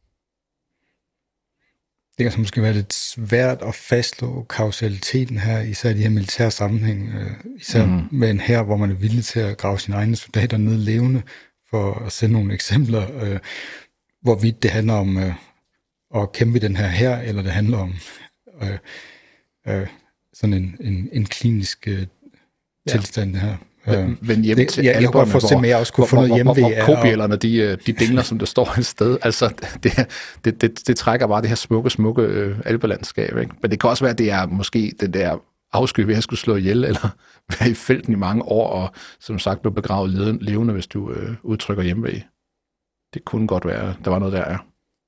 Det kan så måske være lidt svært at fastslå kausaliteten her, især i de her militære sammenhæng, øh, især mm. med en hær, hvor man er villig til at grave sine egne soldater ned levende, for at sende nogle eksempler, øh, hvorvidt det handler om øh, at kæmpe i den her hær, eller det handler om øh, øh, sådan en, en, en klinisk øh, tilstand her. Vend hjem det, til jeg, jeg kan godt forstå, at jeg også kunne få noget hjemme ved. Hvor kobjællerne, de, de dingler, som der står et sted. Altså, det, det, det, det trækker bare det her smukke, smukke øh, alpelandskab. Ikke? Men det kan også være, at det er måske den der afsky ved at skulle slå ihjel, eller være i felten i mange år, og som sagt blive begravet levende, hvis du øh, udtrykker hjemme. Det kunne godt være, der var noget der, ja.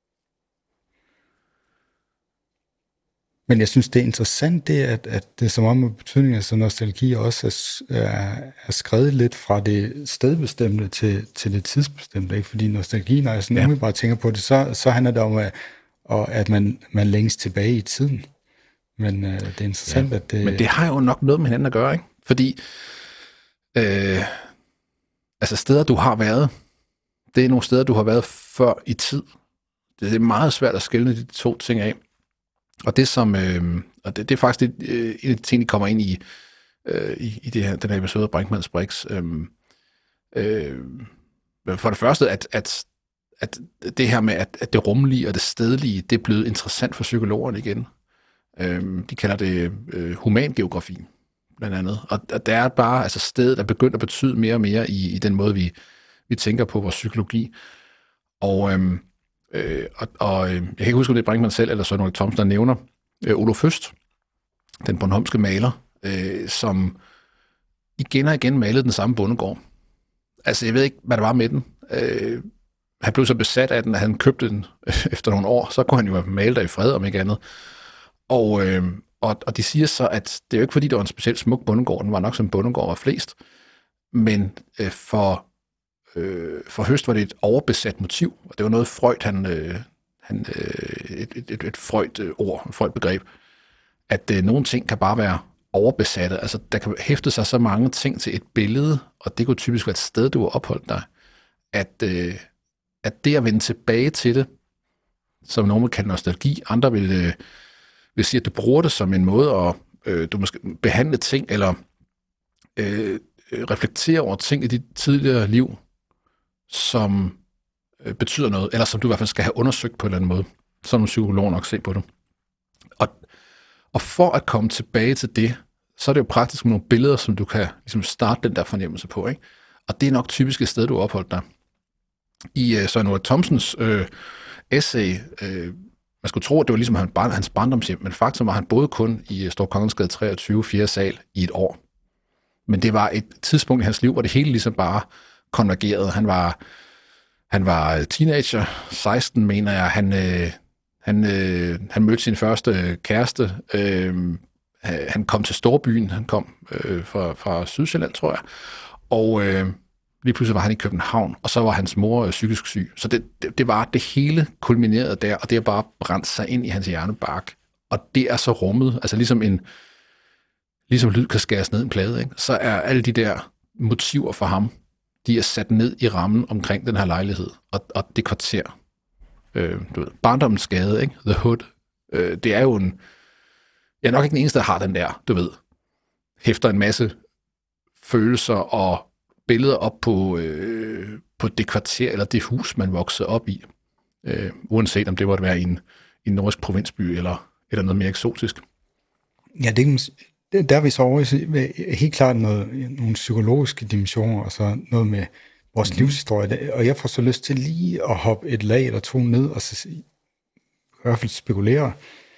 Men jeg synes, det er interessant, det at, at det er som om med betydning af sådan nostalgi også er, er, er skrevet lidt fra det stedbestemte til, til det tidsbestemte. Ikke? Fordi nostalgi, når jeg sådan ja. umiddelbart tænker på det, så, så handler det om, at, at man, man længes tilbage i tiden. Men øh, det er interessant, ja. at det... Men det har jo nok noget med hinanden at gøre, ikke? Fordi øh, altså steder, du har været, det er nogle steder, du har været før i tid. Det er meget svært at skille de to ting af. Og det som, øh, og det, det er faktisk det, øh, en af de ting, der kommer ind i, øh, i, i det her, den her episode af Brinkmanns Brix. Øh, øh, for det første, at, at, at det her med, at, at det rumlige og det stedlige, det er blevet interessant for psykologerne igen. Øh, de kalder det øh, humangeografi, blandt andet. Og, og der er bare, altså stedet er begyndt at betyde mere og mere i, i den måde, vi, vi tænker på vores psykologi. Og... Øh, Øh, og, og jeg kan ikke huske, om det er Brinkmann selv, eller Søren Ulrik Thomsen, der nævner øh, Olof Høst, den bornholmske maler, øh, som igen og igen malede den samme bondegård. altså, jeg ved ikke, hvad der var med den. Øh, han blev så besat af den, at han købte den efter nogle år. Så kunne han jo male der i fred, om ikke andet. Og, øh, og, og de siger så, at det er jo ikke, fordi det var en specielt smuk bondegård. Den var nok som bondegård var flest. Men øh, for, øh, for Høst var det et overbesat motiv. Og det var noget Freud, han, øh, han, øh, et, et, et Freud-ord, et Freud-begreb. At øh, nogle ting kan bare være overbesatte. Altså, der kan hæfte sig så mange ting til et billede, og det kunne typisk være et sted, du har opholdt dig, at, øh, at det at vende tilbage til det, som nogen vil kalde nostalgi, andre vil, øh, vil sige, at du bruger det som en måde at øh, du måske behandle ting, eller øh, reflektere over ting i dit tidligere liv, som øh, betyder noget, eller som du i hvert fald skal have undersøgt på en eller anden måde. Så må psykologer nok se på det. Og Og for at komme tilbage til det, så er det jo praktisk med nogle billeder, som du kan ligesom starte den der fornemmelse på, ikke? Og det er nok typisk et sted, du har opholdt dig. I uh, Søren Ulrik Thomsens øh, essay, øh, man skulle tro, at det var ligesom hans, barn, hans barndomshjem, men faktisk var han boede kun i Store Kongensgade treogtyve, fjerde sal i et år. Men det var et tidspunkt i hans liv, hvor det hele ligesom bare konvergerede. Han var, han var teenager, seksten mener jeg, han... Øh, Han, øh, han mødte sin første kæreste. Øh, han kom til Storbyen. Han kom øh, fra, fra Sydsjælland, tror jeg. Og øh, lige pludselig var han i København, og så var hans mor øh, psykisk syg. Så det, det, det var det hele kulminerede der, og det har bare brændt sig ind i hans hjernebark. Og det er så rummet, altså ligesom en ligesom lyd kan skæres ned i en plade, ikke? Så er alle de der motiver for ham, de er sat ned i rammen omkring den her lejlighed, og, og det kvarter. Øh, du ved, barndommens skade, ikke? The Hood. Øh, det er jo en... Jeg er nok ikke den eneste, der har den der, du ved, hæfter en masse følelser og billeder op på, øh, på det kvarter eller det hus, man voksede op i. Øh, uanset om det måtte være i en, i en nordisk provinsby eller, eller noget mere eksotisk. Ja, det, der er vi så over i helt klart noget, nogle psykologiske dimensioner, og så noget med vores mm. livshistorie, og jeg får så lyst til lige at hoppe et lag eller to ned, og så i hvert fald spekulere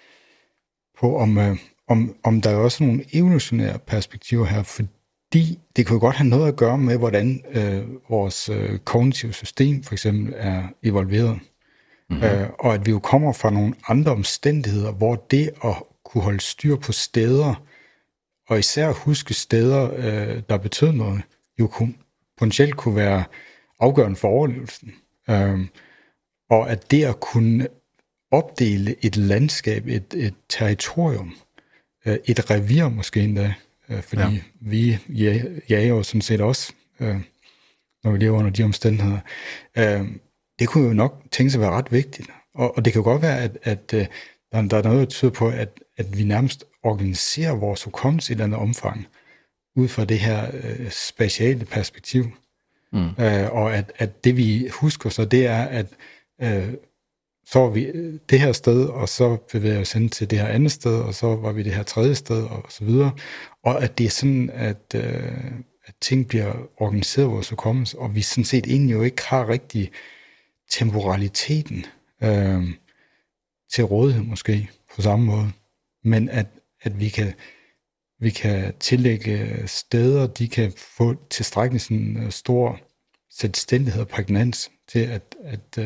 på, om, øh, om, om der er også nogle evolutionære perspektiver her, fordi det kan jo godt have noget at gøre med, hvordan øh, vores øh, kognitive system for eksempel er evolveret, mm-hmm. øh, og at vi jo kommer fra nogle andre omstændigheder, hvor det at kunne holde styr på steder, og især huske steder, øh, der betød noget, jo kunne potentielt kunne være afgørende for overlevelsen. Øhm, og at det at kunne opdele et landskab, et, et territorium, øh, et revir måske endda, øh, fordi ja. vi jager jo sådan set også, øh, når vi lever under de omstændigheder, øh, det kunne jo nok tænke sig at være ret vigtigt. Og, og det kan jo godt være, at, at øh, der, der er noget, der tyder på, at, at vi nærmest organiserer vores hukommelse i et eller andet omfang, ud fra det her øh, spatiale perspektiv. Mm. Øh, og at, at det vi husker så, det er, at øh, så var vi det her sted, og så bevæger vi os hen til det her andet sted, og så var vi det her tredje sted, og så videre. Og at det er sådan, at, øh, at ting bliver organiseret i vores hukommelse, og vi sådan set egentlig jo ikke har rigtig temporaliteten øh, til rådighed måske, på samme måde. Men at, at vi kan Vi kan tillægge steder, de kan få tilstrækkeligt sådan stor selvstændighed og prægnans til, at, at,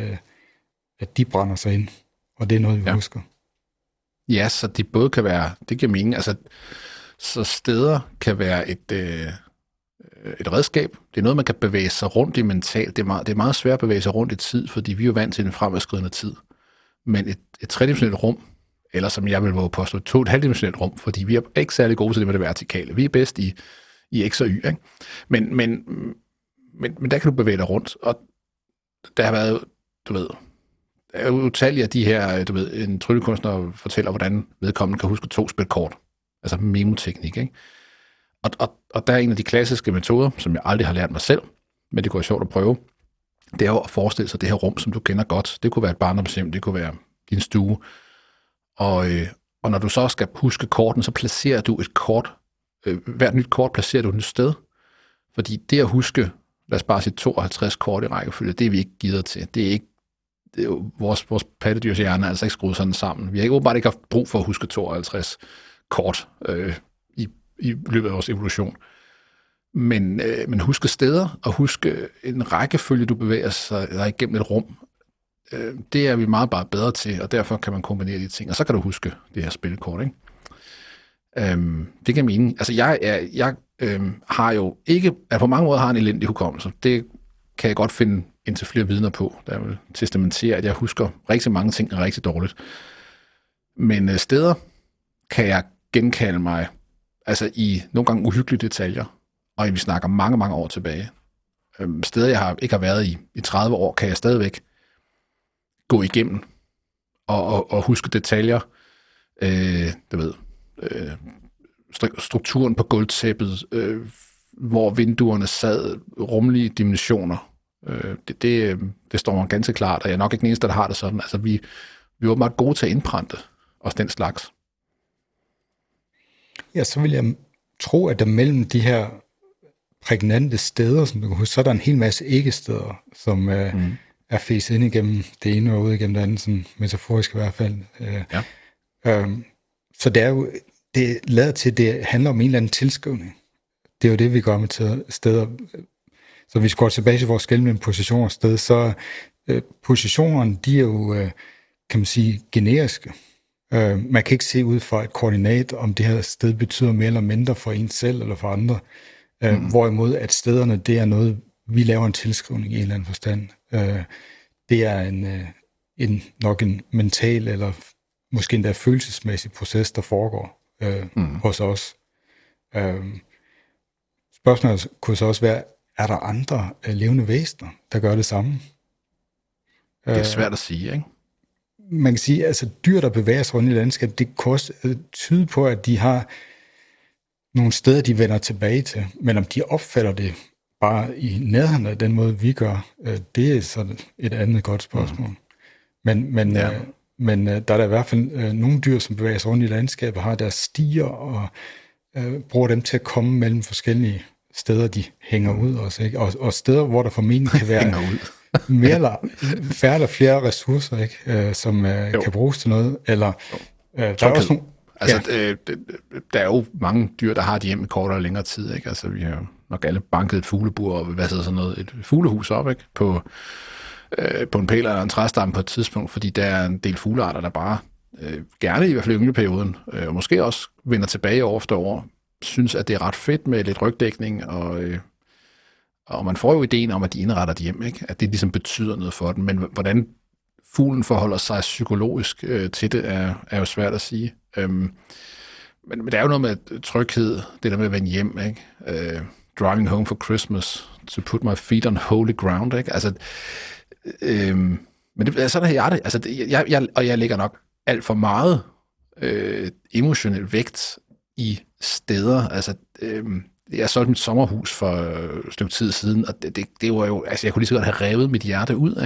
at de brænder sig ind. Og det er noget, vi ja. husker. Ja, så de både kan være, det giver mening, altså, så steder kan være et, øh, et redskab. Det er noget, man kan bevæge sig rundt i mentalt. Det er, meget, det er meget svært at bevæge sig rundt i tid, fordi vi er jo vant til en fremadskridende tid. Men et, et tredimensionelt rum, eller som jeg vil våge påstå, to et halvdimensionelt rum, fordi vi er ikke særlig gode til det med det vertikale. Vi er bedst i, i X og Y, ikke? Men, men, men, men der kan du bevæge dig rundt, og der har været, du ved, der er jo utallige af de her, du ved, en tryllekunstner fortæller, hvordan vedkommende kan huske to spil kort, altså memoteknik, ikke? Og, og, og der er en af de klassiske metoder, som jeg aldrig har lært mig selv, men det kunne være sjovt at prøve, det er jo at forestille sig det her rum, som du kender godt. Det kunne være et barndomshjem, det kunne være din stue. Og, øh, og når du så skal huske korten, så placerer du et kort, øh, hvert nyt kort placerer du et nyt sted. Fordi det at huske, lad os bare sige tooghalvtreds kort i rækkefølge, det er vi ikke givet til. Det er ikke, det er jo, vores, vores pattedyrs hjerne er altså ikke skruet sådan sammen. Vi har ikke åbenbart ikke haft brug for at huske tooghalvtreds kort øh, i, i løbet af vores evolution. Men, øh, men huske steder, og huske en rækkefølge, du bevæger sig igennem et rum, øh, det er vi meget bare bedre til, og derfor kan man kombinere de ting. Og så kan du huske det her spillekort, ikke? Øhm, det kan mening. Altså, jeg, jeg, jeg øhm, har jo ikke, at på mange måder har en elendig hukommelse. Det kan jeg godt finde indtil flere vidner på, der vil testamentere, at jeg husker rigtig mange ting rigtig dårligt. Men øh, steder kan jeg genkalde mig, altså i nogle gange uhyggelige detaljer, og vi snakker mange, mange år tilbage. Øhm, steder, jeg har, ikke har været i i tredive år, kan jeg stadigvæk gå igennem og, og, og huske detaljer, øh, du ved, øh, strukturen på gulvtæppet, øh, hvor vinduerne sad, rumlige dimensioner. Øh, det, det, det står mig ganske klart, og jeg er nok ikke den eneste, der har det sådan. Altså, vi, vi var meget gode til at indprænte os den slags. Ja, så vil jeg tro, at der mellem de her prægnante steder, som du kan huske, så er der en hel masse ikke-steder, som øh, mm. er fæset ind igennem det ene og ud igennem det andet, sådan metaforisk i hvert fald. Øh, ja. øh, så det er jo, det lader til, at det handler om en eller anden tilskrivning. Det er jo det, vi gør med steder. Så hvis vi går tilbage til vores skæld mellem positioner og sted, så øh, positionerne, de er jo, øh, kan man sige, generiske. Øh, man kan ikke se ud fra et koordinat, om det her sted betyder mere eller mindre for en selv eller for andre. Øh, mm. Hvorimod at stederne, det er noget, vi laver en tilskrivning i en eller anden forstand. Øh, det er en, øh, en, nok en mental eller måske endda følelsesmæssig proces, der foregår øh, mm. hos os. Øh, spørgsmålet kunne så også være, er der andre øh, levende væsener, der gør det samme? Det er svært at sige, ikke? Man kan sige, altså dyr, der bevæger sig rundt i landskabet, det kan også tyde på, at de har nogle steder, de vender tilbage til. Men om de opfatter det bare i nærheden af den måde, vi gør, det er så et andet godt spørgsmål. Mm. Men, men, ja. øh, men der er der i hvert fald øh, nogle dyr, som bevæger sig rundt i landskabet, har deres stier og øh, bruger dem til at komme mellem forskellige steder, de hænger ud også, ikke? Og, og steder, hvor der formentlig kan være mere eller færre eller flere ressourcer, ikke? Øh, som øh, kan bruges til noget. Eller øh, der er også nogle, altså, ja. øh, der er jo mange dyr, der har de hjem i kortere og længere tid, ikke? Altså, vi har nok alle banket et fuglebur og hvad hedder sådan noget, et fuglehus op, ikke? På, øh, på en pæl eller en træstamme på et tidspunkt, fordi der er en del fuglearter, der bare øh, gerne i hvert fald i yngleperioden, øh, og måske også vender tilbage år efter år, synes, at det er ret fedt med lidt rygdækning, og, øh, og man får jo ideen om, at de indretter de hjem, ikke? At det ligesom betyder noget for dem, men hvordan fuglen forholder sig psykologisk øh, til det, er, er jo svært at sige. Øhm, men, men der er jo noget med tryghed, det der med at vende hjem, ikke? Øh, driving home for Christmas, to put my feet on holy ground, ikke? Altså, øh, men det, sådan har jeg det. Altså, det, jeg, jeg, og jeg lægger nok alt for meget øh, emotionel vægt i steder. Altså, øh, jeg solgte mit sommerhus for et stykke tid siden, og det, det, det var jo, altså jeg kunne lige så godt have revet mit hjerte ud,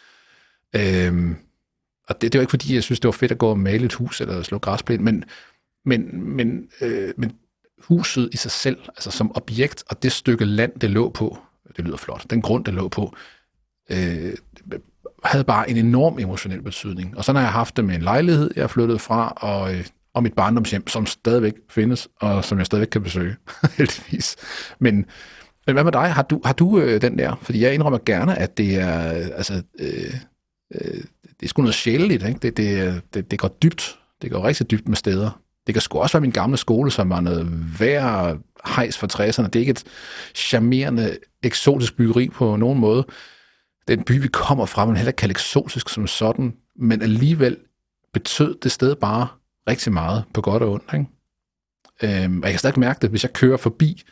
ikke? Øhm, og det, det var ikke fordi, jeg synes, det var fedt at gå og male et hus eller slå græsplæne, men, men, men, øh, men huset i sig selv, altså som objekt, og det stykke land, det lå på, det lyder flot, den grund, det lå på, øh, havde bare en enorm emotionel betydning. Og så har jeg haft det med en lejlighed, jeg er flyttet fra, og øh, og mit barndomshjem, som stadigvæk findes, og som jeg stadigvæk kan besøge, heldigvis. Men, men hvad med dig? Har du, har du øh, den der? Fordi jeg indrømmer gerne, at det er, øh, altså, øh, øh, det er sgu noget sjæleligt, ikke? Det, det, det, det går dybt. Det går rigtig dybt med steder. Det kan sgu også være min gamle skole, som var noget værre hejs for tresserne. Det er ikke et charmerende, eksotisk byggeri på nogen måde. Det er en by, vi kommer fra, men heller ikke kaldt eksotisk som sådan, men alligevel betød det sted bare rigtig meget på godt og ondt, ikke? Øhm, og jeg kan stadig mærke det, hvis jeg kører forbi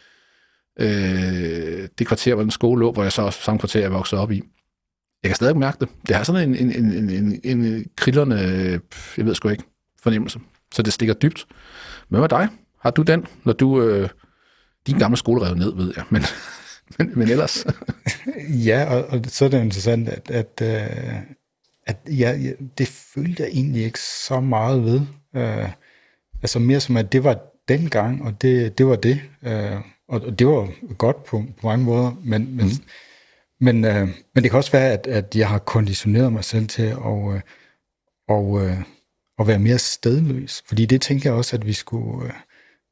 øh, det kvarter, hvor den skole lå, hvor jeg så også samme kvarter, jeg voksede op i. Jeg kan stadig mærke det. Det har sådan en, en, en, en, en krillerne, jeg ved sgu ikke, fornemmelse. Så det stikker dybt. Hvad med dig? Har du den, når du... Øh, din gamle skole rev ned, ved jeg, men, men, men ellers... Ja, og, og så er det interessant, at, at, at ja, det følte jeg egentlig ikke så meget ved. Uh, altså mere som, at det var dengang, og det, det var det. Uh, og, og det var godt på, på mange måder, men, men, mm. men, uh, men det kan også være, at, at jeg har konditioneret mig selv til at, uh, og, uh, at være mere stedløs. Fordi det tænker jeg også, at vi skulle, uh,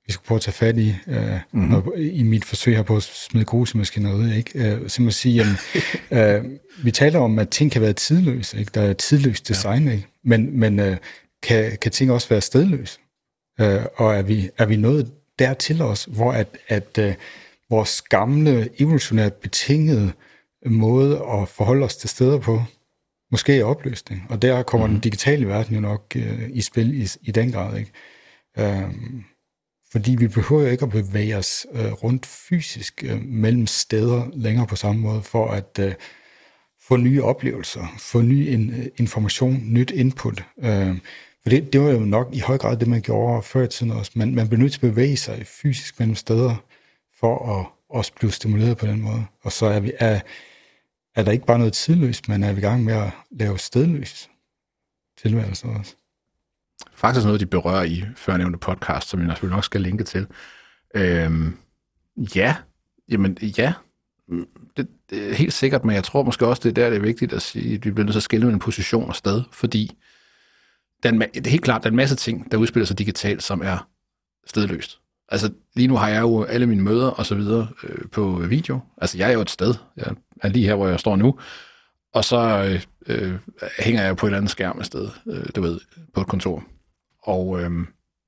vi skal prøve at tage fat i, øh, mm-hmm. og, i mit forsøg her på at smide grusemaskiner ud, ikke? Øh, simpelthen sige, at øh, vi taler om, at ting kan være tidløse, ikke? Der er tidløst design, ja. Ikke? Men, men øh, kan, kan ting også være stedløse? Øh, og er vi, er vi nået dertil også, hvor at, at øh, vores gamle, evolutionært betingede måde at forholde os til steder på, måske er opløsning. Og der kommer mm. den digitale verden jo nok øh, i spil i, i den grad, ikke? Øhm, fordi vi behøver jo ikke at bevæge os øh, rundt fysisk øh, mellem steder længere på samme måde, for at øh, få nye oplevelser, få ny in, information, nyt input. Øh, for det, det var jo nok i høj grad det, man gjorde før i tiden også. Man, man blev nødt til at bevæge sig fysisk mellem steder, for at også blive stimuleret på den måde. Og så er vi... Er, er der ikke bare noget tidløst, men er vi i gang med at lave stedløs tilværelse også? Faktisk noget, de berører i førnævnte podcast, som jeg selvfølgelig nok skal linke til. Øhm, ja, jamen ja, det, det er helt sikkert, men jeg tror måske også, det er der, det er vigtigt at sige, at vi bliver nødt til at skille mellem position og sted, fordi den, det er helt klart, der er en masse ting, der udspiller sig digitalt, som er stedløst. Altså lige nu har jeg jo alle mine møder og så videre øh, på video. Altså jeg er jo et sted. Jeg er lige her, hvor jeg står nu. Og så øh, øh, hænger jeg på et eller andet skærm et sted, øh, du ved, på et kontor. Og, øh,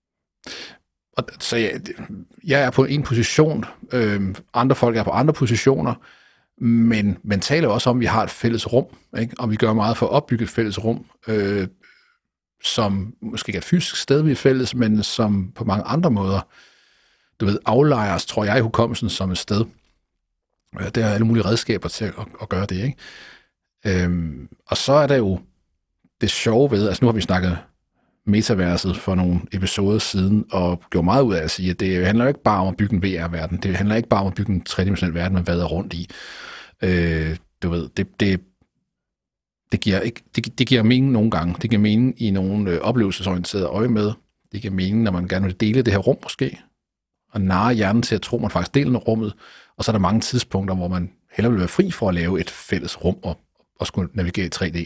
og så jeg, jeg er på en position. Øh, andre folk er på andre positioner. Men man taler også om, at vi har et fælles rum. Ikke? Og vi gør meget for at opbygge et fælles rum. Øh, som måske ikke er et fysisk sted, vi er fælles, men som på mange andre måder du ved, aflejres, tror jeg, i hukommelsen som et sted. Der er alle mulige redskaber til at, at gøre det, ikke? Øhm, og så er der jo det sjove ved, altså nu har vi snakket metaverset for nogle episoder siden, og gjort meget ud af at sige, at det handler ikke bare om at bygge en V R-verden, det handler ikke bare om at bygge en tredimensionel verden, man vader rundt i. Øh, du ved, det, det, det, giver ikke, det, det giver mening nogle gange, det giver mening i nogle øh, oplevelsesorienterede øje med, det giver mening, når man gerne vil dele det her rum måske, og narre hjernen til at tro, at man faktisk deler rummet, og så er der mange tidspunkter, hvor man hellere vil være fri for at lave et fælles rum og, og skulle navigere i tre D.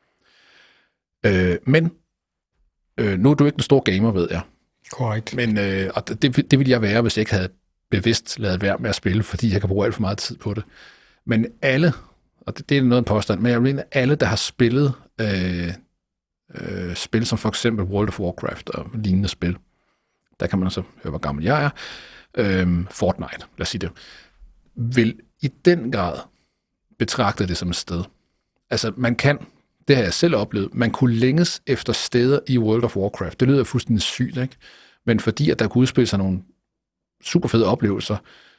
Øh, men øh, nu er du ikke en stor gamer, ved jeg. Korrekt. Men øh, og det, det ville jeg være, hvis jeg ikke havde bevidst lavet være med at spille, fordi jeg kan bruge alt for meget tid på det. Men alle, og det, det er noget en påstand, men jeg vil mene, alle, der har spillet øh, øh, spil som for eksempel World of Warcraft og lignende spil, der kan man så høre, hvor gammel jeg er, øhm, Fortnite, lad os sige det, vil i den grad betragte det som et sted. Altså, man kan, det har jeg selv oplevet, man kunne længes efter steder i World of Warcraft. Det lyder fuldstændig sygt, ikke? Men fordi, at der kunne udspille sig nogle super fede oplevelser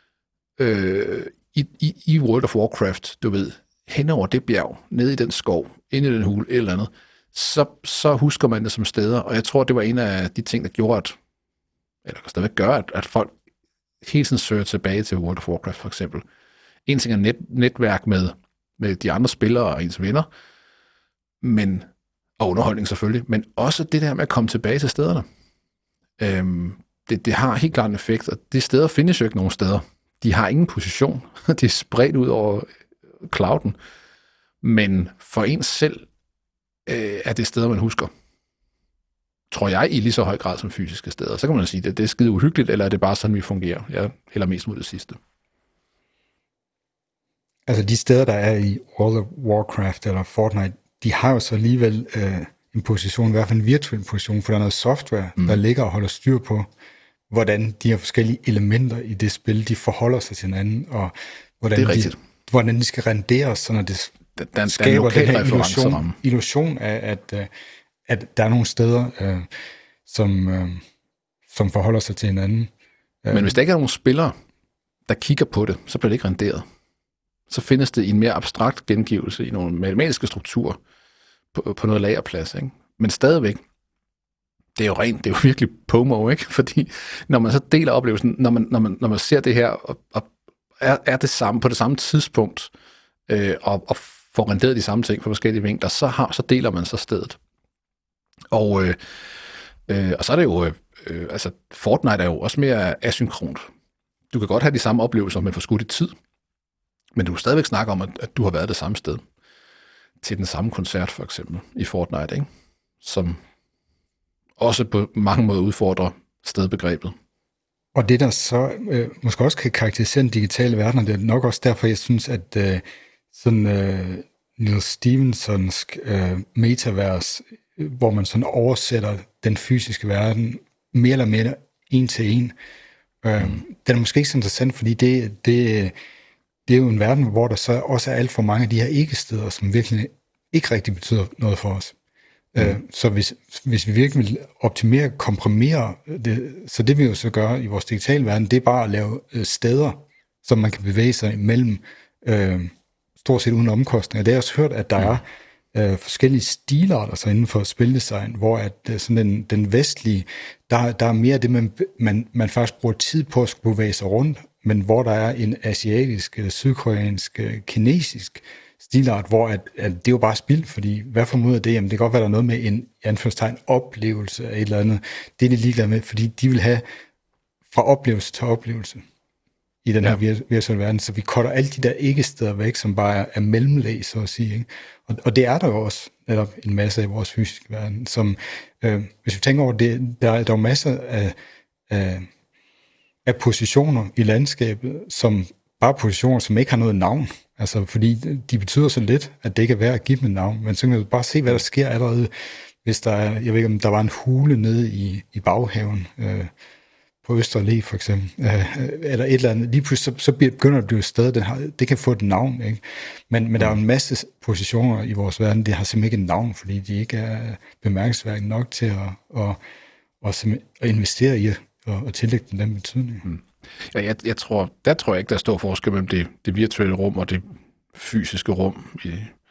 øh, i, i, i World of Warcraft, du ved, hen over det bjerg, nede i den skov, inde i den hule, et eller andet, så, så husker man det som steder, og jeg tror, det var en af de ting, der gjorde, at eller kan stadigvæk gøre, at, at folk hele tiden søger tilbage til World of Warcraft for eksempel. En ting er net, netværk med, med de andre spillere og ens venner, men, og underholdning selvfølgelig, men også det der med at komme tilbage til stederne. Øhm, det, det har helt klart en effekt, og de steder findes jo ikke nogen steder. De har ingen position. De er spredt ud over clouden. Men for en selv øh, er det steder, man husker. Tror jeg, i lige så høj grad som fysiske steder. Så kan man sige, at det er skide uhyggeligt, eller er det bare sådan, vi fungerer? Jeg hælder mest mod det sidste. Altså de steder, der er i World of Warcraft eller Fortnite, de har jo så alligevel øh, en position, i hvert fald en virtuel position, for der er noget software, mm. der ligger og holder styr på, hvordan de her forskellige elementer i det spil, de forholder sig til hinanden, og hvordan, de, hvordan de skal renderes, så når det der, der, skaber den her illusion, illusion af, at, at der er nogle steder, øh, som, øh, som forholder sig til hinanden. Men hvis der ikke er nogen spillere, der kigger på det, så bliver det ikke renderet. Så findes det i en mere abstrakt gengivelse i nogle matematiske strukturer på, på noget lagerplads, ikke? Men stadigvæk, det er jo rent, det er jo virkelig pomo, ikke? Fordi når man så deler oplevelsen, når man, når man, når man ser det her, og, og er, er det samme på det samme tidspunkt, øh, og, og får renderet de samme ting på forskellige vinkler, så, har, så deler man så stedet. Og, øh, øh, og så er det jo, øh, altså Fortnite er jo også mere asynkront. Du kan godt have de samme oplevelser med forskudt i tid, men du kan stadigvæk snakke om, at, at du har været det samme sted til den samme koncert, for eksempel, i Fortnite, ikke? Som også på mange måder udfordrer stedbegrebet. Og det, der så øh, måske også kan karakterisere den digitale verden, og det er nok også derfor, jeg synes, at øh, sådan øh, Neil Stephensons øh, metavers, hvor man sådan oversætter den fysiske verden mere eller mere en til en, øh, mm. den er måske ikke så interessant, fordi det, det, det er jo en verden, hvor der så også er alt for mange af de her ikke-steder, som virkelig ikke rigtig betyder noget for os. Mm. Så hvis, hvis vi virkelig vil optimere, komprimere det, så det vi jo så gør i vores digitale verden, det er bare at lave steder, som man kan bevæge sig imellem, øh, stort set uden omkostninger. Det har jeg også hørt, at der mm. er øh, forskellige stilarter så inden for spildesign, hvor at øh, sådan den, den vestlige, der, der er mere det, man, man, man faktisk bruger tid på at skulle bevæge sig rundt, men hvor der er en asiatisk, sydkoreansk, kinesisk stilart, hvor at, at det er jo bare spild, fordi hvad formoder det? Jamen det kan godt være, der er noget med en anførselstegn oplevelse af et eller andet. Det er de ligeglade med, fordi de vil have fra oplevelse til oplevelse i den her ja. virtuelle verden, så vi cutter alle de der ikke-steder væk, som bare er, er mellemlag, så at sige. Ikke? Og, og det er der jo også netop en masse af vores fysiske verden, som, øh, hvis vi tænker over det, der, der er jo masser af, af, af positioner i landskabet, som bare positioner, som ikke har noget navn. Altså, fordi de betyder så lidt, at det ikke er værd at give dem et navn. Men så kan du bare se, hvad der sker allerede, hvis der er, jeg ved ikke, om der var en hule nede i, i baghaven, øh, på Østre Allé for eksempel, øh, eller et eller andet. Lige pludselig, så, så begynder det at blive et sted, det, har, det kan få et navn, ikke? Men, men der er jo en masse positioner i vores verden, det har simpelthen ikke et navn, fordi de ikke er bemærkelsesværdige nok til at, at, at, at investere i og, og tillægge den den betydning. Mm. Ja, jeg, jeg tror, der tror jeg ikke, der står forskel mellem det, det virtuelle rum og det fysiske rum. Vi,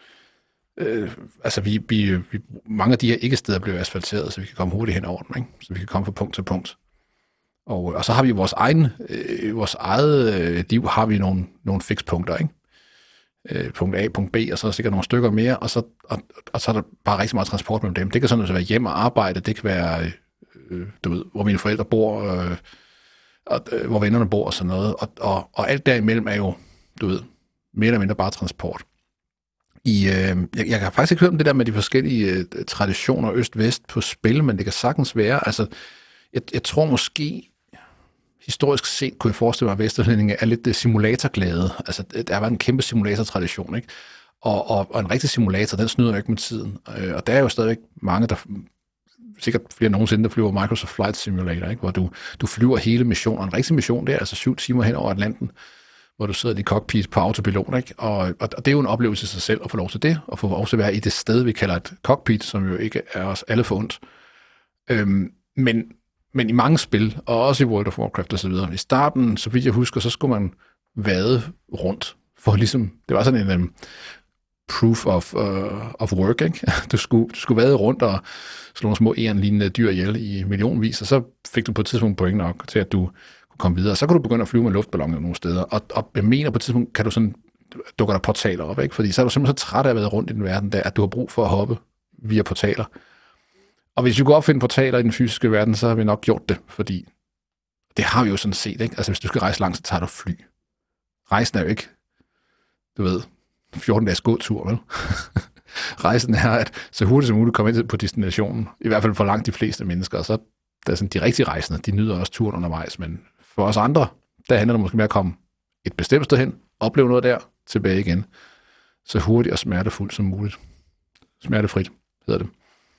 øh, altså, vi, vi, vi, mange af de her ikke-steder bliver asfalteret, så vi kan komme hurtigt hen over dem, ikke? Så vi kan komme fra punkt til punkt. Og, og så har vi vores egen, øh, vores eget øh, liv, har vi nogle, nogle fikspunkter, ikke? Øh, punkt A, punkt B, og så er der sikkert nogle stykker mere, og så, og, og så er der bare rigtig meget transport mellem dem. Det kan sådan være hjem og arbejde, det kan være, øh, du ved, hvor mine forældre bor, øh, og, øh, hvor vennerne bor og sådan noget. Og, og, og alt derimellem er jo, du ved, mere eller mindre bare transport. I, øh, jeg, jeg har faktisk ikke hørt om det der med de forskellige øh, traditioner øst-vest på spil, men det kan sagtens være. Altså, jeg, jeg tror måske, historisk set kunne jeg forestille mig, at vesterlændinge er lidt simulatorglade. Altså, der var en kæmpe simulatortradition, ikke? Og, og, og en rigtig simulator, den snyder jo ikke med tiden. Øh, og der er jo stadigvæk mange, der sikkert flere nogensinde, der flyver Microsoft Flight Simulator, ikke? Hvor du, du flyver hele missionen. En rigtig mission, det er altså syv timer hen over Atlanten, hvor du sidder i cockpit på autopilot, ikke? Og, og, og det er jo en oplevelse i sig selv at få lov til det, og få lov til at være i det sted, vi kalder et cockpit, som jo ikke er os alle for ondt. Øhm, men, men i mange spil, og også i World of Warcraft og så videre, i starten, så vidt jeg husker, så skulle man vade rundt, for ligesom, det var sådan en um, proof of, uh, of work, ikke? Du skulle, du skulle vade rundt og slå nogle små æren-lignende dyr ihjel i millionvis, og så fik du på et tidspunkt point nok til, at du kunne komme videre. Så kan du begynde at flyve med luftballoner nogle steder, og, og jeg mener på et tidspunkt, kan du sådan, dukker der portaler op, ikke? Fordi så er du simpelthen så træt af at være rundt i den verden der, at du har brug for at hoppe via portaler. Og hvis vi kunne opfinde portaler i den fysiske verden, så har vi nok gjort det, fordi det har vi jo sådan set, ikke? Altså hvis du skal rejse langt, så tager du fly. Rejsen er jo ikke, du ved, fjorten dages gåtur, vel? Rejsen er at så hurtigt som muligt komme ind på destinationen, i hvert fald for langt de fleste mennesker, og så der er sådan, de rigtige rejsende, de nyder også turen undervejs, men for os andre, der handler det måske mere at komme et bestemt sted hen, opleve noget der, tilbage igen, så hurtigt og smertefuldt som muligt. Smertefrit hedder det.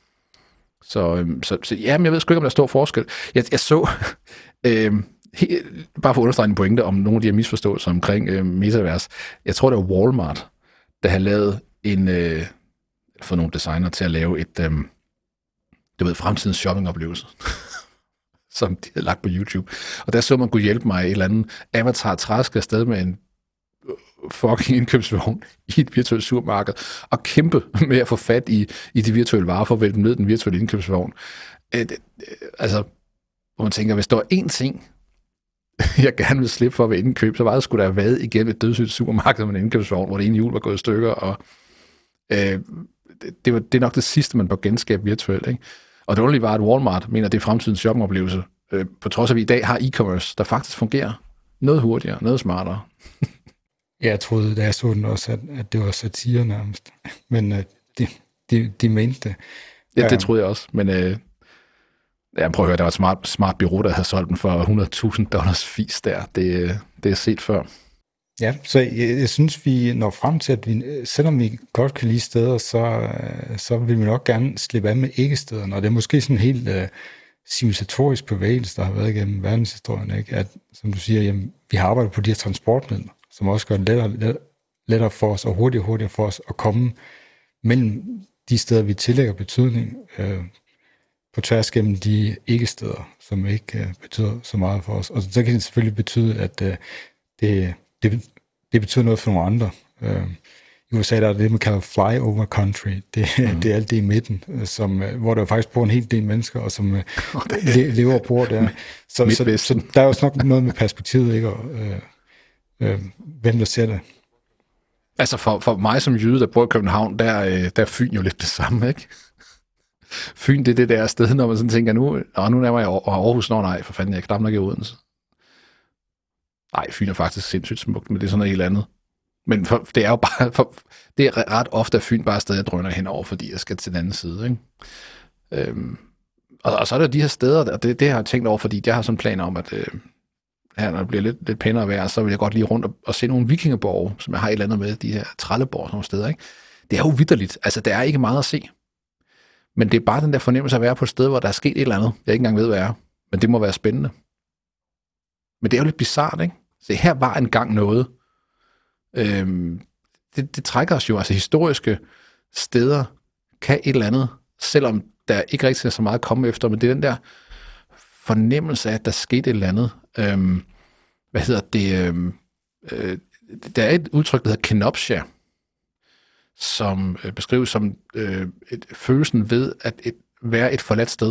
Så, så, så ja, men jeg ved sgu ikke, om der er stor forskel. Jeg, jeg så, øh, he, bare for at understrege en pointe om nogle af de her misforståelser omkring øh, metavers, jeg tror, det var Walmart, der havde lavet en, øh, for nogle designer til at lave et, øh, du ved, fremtidens shoppingoplevelse, som de havde lagt på YouTube. Og der så man kunne hjælpe mig i et eller andet avatar-træsk afsted med en fucking indkøbsvogn i et virtuelt supermarked, og kæmpe med at få fat i, i de virtuelle varer, for at vælge dem ned i den virtuelle indkøbsvogn. Øh, altså, hvor man tænker, hvis der var én ting, jeg gerne ville slippe for ved indkøb, så var det skulle der have været igennem et dødssygt supermarked med en indkøbsvogn, hvor det ene hjul var gået i stykker, og øh, det, var, det er nok det sidste, man bør genskabe virtuelt, ikke? Og det underlige var, at Walmart mener, at det er fremtidens shoppingoplevelse, øh, på trods af, at vi i dag har e-commerce, der faktisk fungerer noget hurtigere, noget smartere. Ja, jeg troede, da jeg så den også, at, at det var satire nærmest. Men uh, de, de, de mente det. Ja, det troede jeg også. Men, øh, Ja, prøv at høre, der var et smart, smart bureau, der havde solgt den for hundrede tusind dollars fis der. Det, det er set før. Ja, så jeg, jeg synes, vi når frem til, at vi, selvom vi godt kan lide steder, så, så vil vi nok gerne slippe af med ikke-stederne. Og det er måske sådan en helt uh, civilisatorisk bevægelse, der har været igennem verdenshistorien, ikke? At, som du siger, jamen, vi har arbejdet på de her transportmidler, som også gør det lettere, lettere, lettere for os, og hurtigere og hurtigere for os at komme mellem de steder, vi tillægger betydning, øh, på tværs gennem de ikke-steder, som ikke øh, betyder så meget for os. Og så kan det selvfølgelig betyde, at øh, det, det, det betyder noget for nogle andre. Øh, I U S A der er det, man kalder flyover country. Det, mm. det er alt det i midten, som, hvor der faktisk bor en hel del mennesker, og som le, lever og bor der. Så, så, så der er jo også nok noget med perspektivet, ikke? Og, øh, øh, hvem der ser det. Altså for, for mig som jyde, der bor i København, der, der er Fyn jo lidt det samme, ikke? Fyn, det er det der sted, når man sådan tænker, nu, og nu nærmer jeg Aarhus, nå nej, for fanden, jeg knap nok i Odense. Nej, Fyn er faktisk sindssygt smukt, men det er sådan noget helt andet. Men for, det er jo bare, for, det er ret ofte, at Fyn bare er sted, jeg drøner henover, fordi jeg skal til den anden side, ikke? Øhm, og, og så er der de her steder, og det, det har jeg tænkt over, fordi jeg har sådan planer om, at øh, her, når det bliver lidt, lidt pænere vejr, så vil jeg godt lige rundt og, og se nogle vikingeborge, som jeg har et eller andet med, de her trælleborg, sådan nogle steder, ikke? Det er jo vitterligt, altså der er ikke meget at se. Men det er bare den der fornemmelse af at være på et sted, hvor der er sket et eller andet, jeg ikke engang ved, hvad er. Men det må være spændende. Men det er jo lidt bizart, ikke? Så her var engang noget. Øhm, det, det trækker os jo, altså historiske steder kan et eller andet, selvom der ikke rigtig er så meget at komme efter, men det er den der fornemmelse af, at der skete et eller andet. Øhm, hvad hedder det? Øhm, øh, der er et udtryk, der hedder kenopsia, som øh, beskrives som øh, et, følelsen ved at et, være et forladt sted.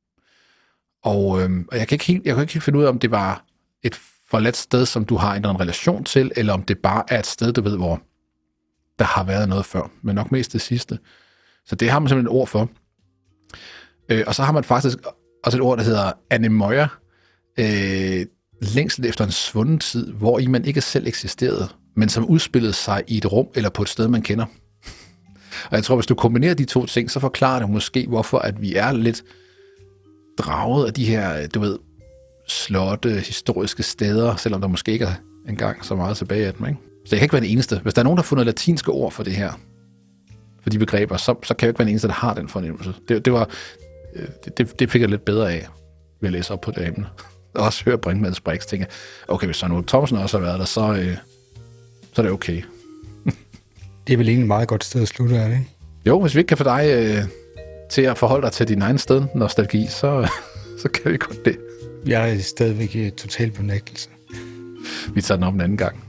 Og, øh, og jeg kan ikke helt, jeg kan ikke helt finde ud af, om det var et forladt sted, som du har en eller anden relation til, eller om det bare er et sted, du ved, hvor der har været noget før, men nok mest det sidste. Så det har man simpelthen et ord for. Øh, og så har man faktisk også et ord, der hedder anemoia, øh, længsel efter en svunden tid, hvor i man ikke selv eksisterede, men som udspillede sig i et rum eller på et sted, man kender. Og jeg tror, hvis du kombinerer de to ting, så forklarer det måske, hvorfor at vi er lidt draget af de her, du ved, slotte, historiske steder, selvom der måske ikke er engang så meget tilbage af dem, ikke? Så jeg kan ikke være den eneste. Hvis der er nogen, der har fundet latinske ord for det her, for de begreber, så, så kan jeg ikke være den eneste, der har den fornemmelse. Det, det, var, det, det fik jeg lidt bedre af ved at læse op på det emne. Og også høre Brinkmanns Brix, tænker okay, hvis Søren Thomsen også har været der, så, øh, så er det okay. Det er vel egentlig et meget godt sted at slutte af, ikke? Jo, hvis vi ikke kan få dig øh, til at forholde dig til din egen sted, nostalgi, så, så kan vi godt det. Jeg er stadigvæk i total benægtelse. Vi tager den op en anden gang.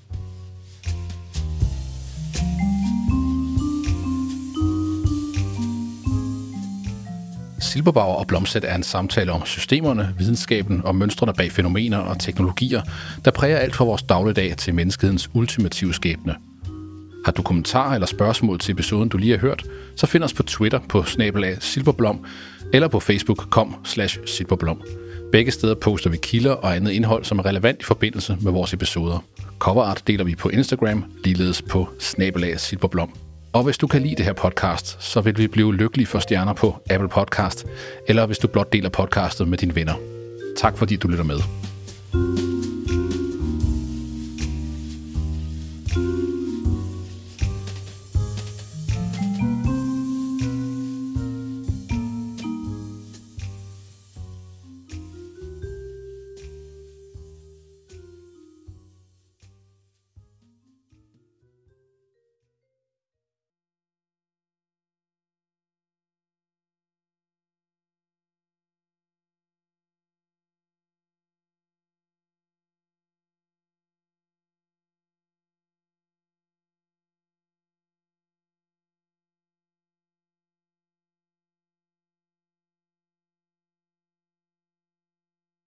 Silberbauer og Blomstedt er en samtale om systemerne, videnskaben og mønstrene bag fænomener og teknologier, der præger alt fra vores dagligdag til menneskehedens ultimative skæbne. Har du kommentarer eller spørgsmål til episoden, du lige har hørt, så find os på Twitter på snabel-a silberblom eller på Facebook punktum com slash silberblom. Begge steder poster vi kilder og andet indhold, som er relevant i forbindelse med vores episoder. Coverart deler vi på Instagram, ligeledes på snabel-a silberblom. Og hvis du kan lide det her podcast, så vil vi blive lykkelige for stjerner på Apple Podcast, eller hvis du blot deler podcastet med dine venner. Tak fordi du lytter med.